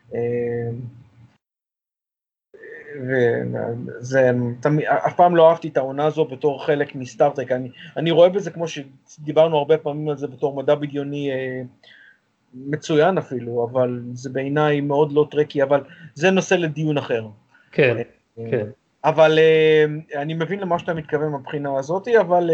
וזה, אף פעם לא אהבתי את העונה הזו בתור חלק מסטארטרק, אני, אני רואה בזה כמו שדיברנו הרבה פעמים על זה בתור מדע בדיוני מצוין אפילו, אבל זה בעיניי מאוד לא טרקי, אבל זה נושא לדיון אחר. כן, כן. אבל אני מבין למה שאתה מתכוון מבחינה הזאת, אבל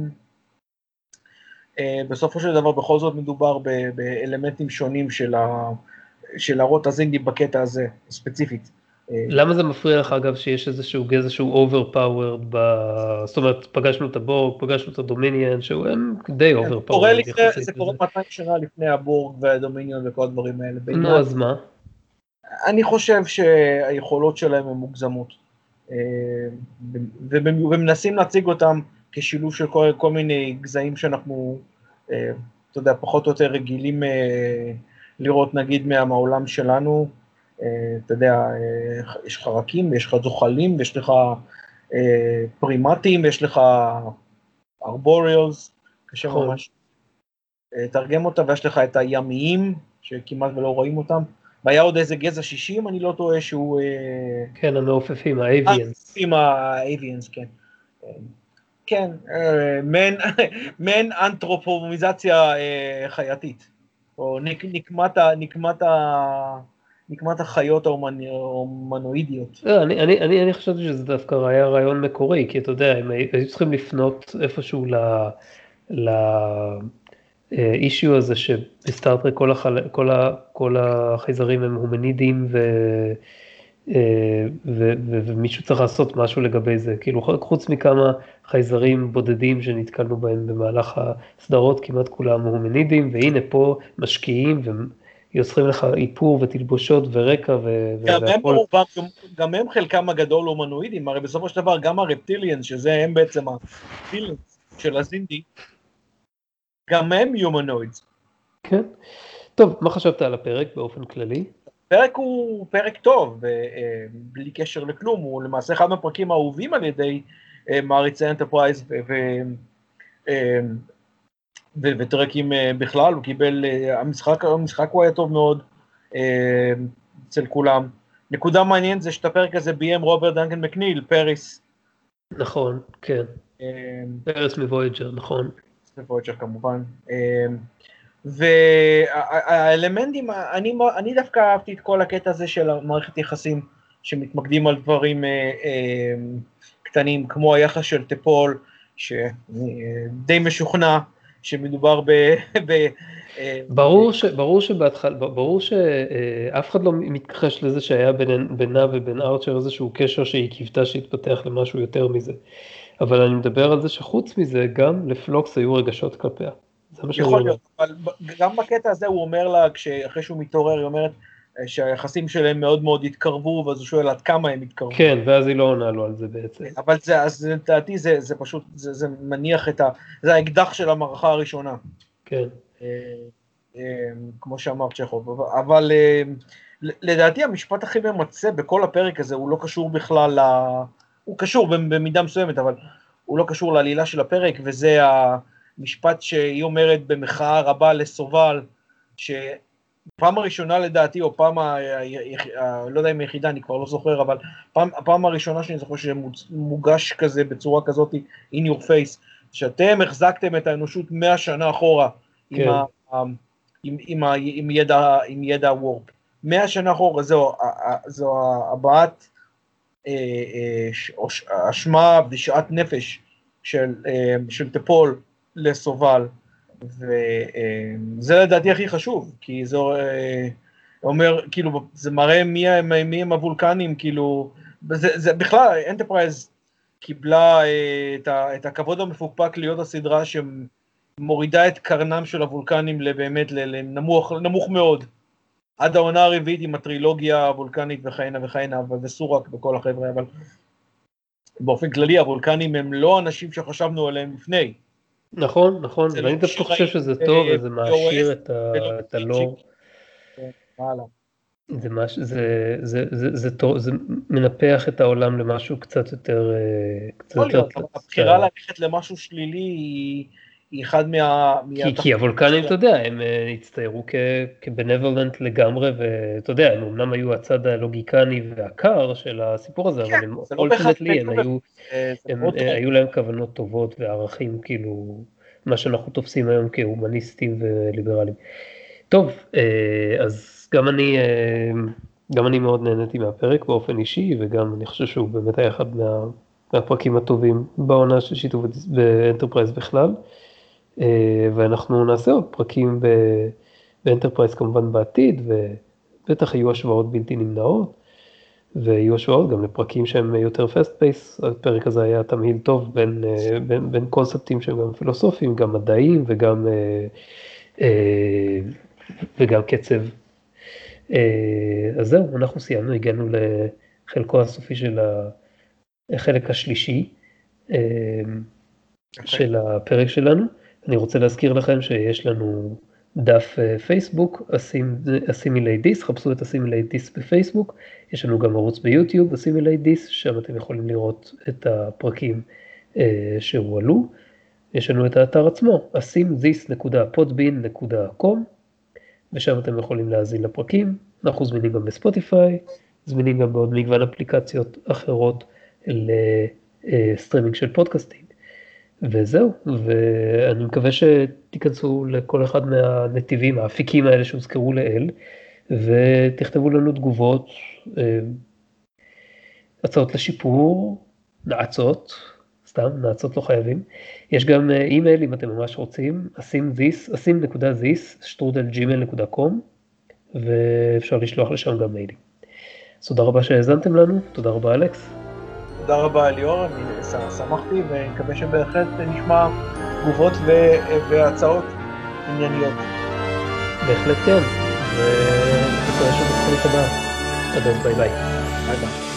בסופו של דבר בכל זאת מדובר באלמנטים שונים של ה... של להראות הזינדי בקטע הזה, ספציפית. למה זה מפריע לך אגב שיש איזשהו גזע שהוא overpowered, ב... זאת אומרת פגשנו את הבורג, פגשנו את הדומיניאן, שהוא הם די overpowered יחסית. זה קורה מאתיים שנה לפני הבורג והדומיניאן וכל הדברים האלה. נו אז מה? אני חושב שהיכולות שלהם הן מוגזמות, ומנסים להציג אותם כשילוב של כל, כל מיני גזעים שאנחנו, אתה יודע, פחות או יותר רגילים לראות נגיד מהעולם שלנו, אתה יודע, יש לך רקים, יש לך זוחלים, יש לך פרימטים, יש לך ארבוריאלס, קשה ממש תרגם אותם, ויש לך את הימיים, שכמעט ולא רואים אותם, והיה עוד איזה גזע שישים, אני לא טועה שהוא... כן, המעופפים, האביאנס. המעופפים, האביאנס, כן. כן, מעין אנתרופומיזציה חייתית, או נקמת החיות ההומנואידיות. אני חשבתי שזה דווקא היה רעיון מקורי, כי אתה יודע, הם היו צריכים לפנות איפשהו ל... אישיו הזה שבסטארטרק כל, החל... כל, ה... כל החייזרים הם הומנידים ו... ו... ו... ומישהו צריך לעשות משהו לגבי זה, כאילו חוץ מכמה חייזרים בודדים שנתקלנו בהם במהלך הסדרות, כמעט כולם הומנידים, והנה פה משקיעים ויוצרים לך איפור ותלבושות ורקע ו... גם, והכל... הם ברובם, גם הם חלקם הגדול הומנואידים, הרי בסופו של דבר גם הרפטיליאנס, שזה הם בעצם הרפטיליאנס של הזינדי, גם הם יומנוידס. כן. טוב, מה חשבת על הפרק באופן כללי? הפרק הוא פרק טוב, בלי קשר לכלום, הוא למעשה אחד מהפרקים האהובים על ידי מעריצי אנטרפרייז וטרקים בכלל, הוא קיבל, המשחק, המשחק הוא היה טוב מאוד אצל כולם. נקודה מעניינת זה שאת הפרק הזה ביים רוברט דנקן מקניל, פריס. נכון, כן. פריס מוויג'ר, נכון. וויג'ר כמובן. והאלמנטים, אני, אני דווקא אהבתי את כל הקטע הזה של המערכת יחסים שמתמקדים על דברים קטנים, כמו היחס של טפול, שדי משוכנע שמדובר ב... ברור ש, ברור שבהתחלה, ברור שאף אחד לא מתכחש לזה שהיה בין, בינה ובין ארצ'ר איזשהו קשר שהיא קיוותה שהתפתח למשהו יותר מזה. אבל אני מדבר על זה שחוץ מזה, גם לפלוקס היו רגשות כלפיה. יכול להיות, אבל גם בקטע הזה הוא אומר לה, אחרי שהוא מתעורר, היא אומרת שהיחסים שלהם מאוד מאוד התקרבו, ואז הוא שואל עד כמה הם התקרבו. כן, ואז היא לא עונה לו על זה בעצם. אבל זה, אז לדעתי זה, זה פשוט, זה, זה מניח את ה... זה האקדח של המערכה הראשונה. כן. כמו שאמר צ'כוב, אבל לדעתי המשפט הכי ממצא בכל הפרק הזה, הוא לא קשור בכלל, הוא קשור במידה מסוימת, אבל הוא לא קשור לעלילה של הפרק, וזה המשפט שהיא אומרת במחאה רבה לסובל, שפעם הראשונה לדעתי, או פעם, לא יודע אם היחידה, אני כבר לא זוכר, אבל פעם, הפעם הראשונה שאני זוכר שמוגש כזה בצורה כזאת, in your face, שאתם החזקתם את האנושות מאה שנה אחורה, כן. עם, ה, עם, עם, ה, עם, ידע, עם ידע וורפ. מאה שנה אחורה, זו, זו הבעת אשמה ושעת נפש של, של טפול לסובל, וזה לדעתי הכי חשוב, כי זה אומר, כאילו, זה מראה מי הם, מי הם הוולקנים, כאילו, זה, זה בכלל, אנטרפרייז קיבלה את, ה, את הכבוד המפוקפק להיות הסדרה שמורידה את קרנם של הוולקנים לבאמת לנמוך, נמוך מאוד, עד העונה הרביעית עם הטרילוגיה הוולקנית וכהנה וכהנה, וסורק וכל החבר'ה, אבל באופן כללי הוולקנים הם לא אנשים שחשבנו עליהם לפני. נכון, נכון, ואני דווקא חושב שזה טוב, וזה מעשיר את הלור. זה מש, זה, זה, זה, זה טוב, זה מנפח את העולם למשהו קצת יותר, קצת יותר. הבחירה ללכת למשהו שלילי היא, היא אחד מה... כי, כי הוולקנים, אתה יודע, הם הצטיירו כבנבולנט לגמרי, ואתה יודע, הם אמנם היו הצד הלוגיקני והקר של הסיפור הזה, כן, אבל הם זה לא בהכרח אולטימטלי, הם היו, זה הם, מאוד טוב. היו להם כוונות טובות וערכים, כאילו, מה שאנחנו תופסים היום כהומניסטים וליברלים. טוב, אז גם אני, גם אני מאוד נהניתי מהפרק באופן אישי, וגם אני חושב שהוא באמת היה אחד מה, מהפרקים הטובים בעונה של שיתוף באנטרפרייז בכלל. ואנחנו נעשה עוד פרקים באנטרפרייז כמובן בעתיד, ובטח יהיו השוואות בלתי נמנעות, ויהיו השוואות גם לפרקים שהם יותר fast pace. הפרק הזה היה תמהיל טוב בין, בין, בין קונספטים שהם גם פילוסופיים, גם מדעיים וגם, וגם קצב. אז זהו, אנחנו סיימנו, הגענו לחלקו הסופי של החלק השלישי של הפרק שלנו. אני רוצה להזכיר לכם שיש לנו דף פייסבוק, אסימילייט דיס, חפשו את אסימילייט דיס בפייסבוק, יש לנו גם ערוץ ביוטיוב, אסימילייט דיס, שם אתם יכולים לראות את הפרקים שהועלו, יש לנו את האתר עצמו, אסים דיס נקודה פודבין נקודה קום, ושם אתם יכולים להאזין לפרקים, אנחנו זמינים גם בספוטיפיי, זמינים גם בעוד מגוון אפליקציות אחרות לסטרימינג של פודקאסטים. וזהו, ואני מקווה שתיכנסו לכל אחד מהנתיבים, האפיקים האלה שהוזכרו לאל, ותכתבו לנו תגובות, הצעות לשיפור, נעצות, סתם, נעצות לא חייבים. יש גם אימייל אם אתם ממש רוצים, asim.this, asim.this, שטרודל ג'ימייל נקודה קום, ואפשר לשלוח לשם גם מיילים. אז תודה רבה שהאזנתם לנו, תודה רבה אלכס. תודה רבה אליאור, אני שמחתי ומקווה שבהחלט נשמע תגובות והצעות ענייניות. בהחלט כן, ונקווה שבתחילת הבאה. עד אז ביי ביי. ביי ביי.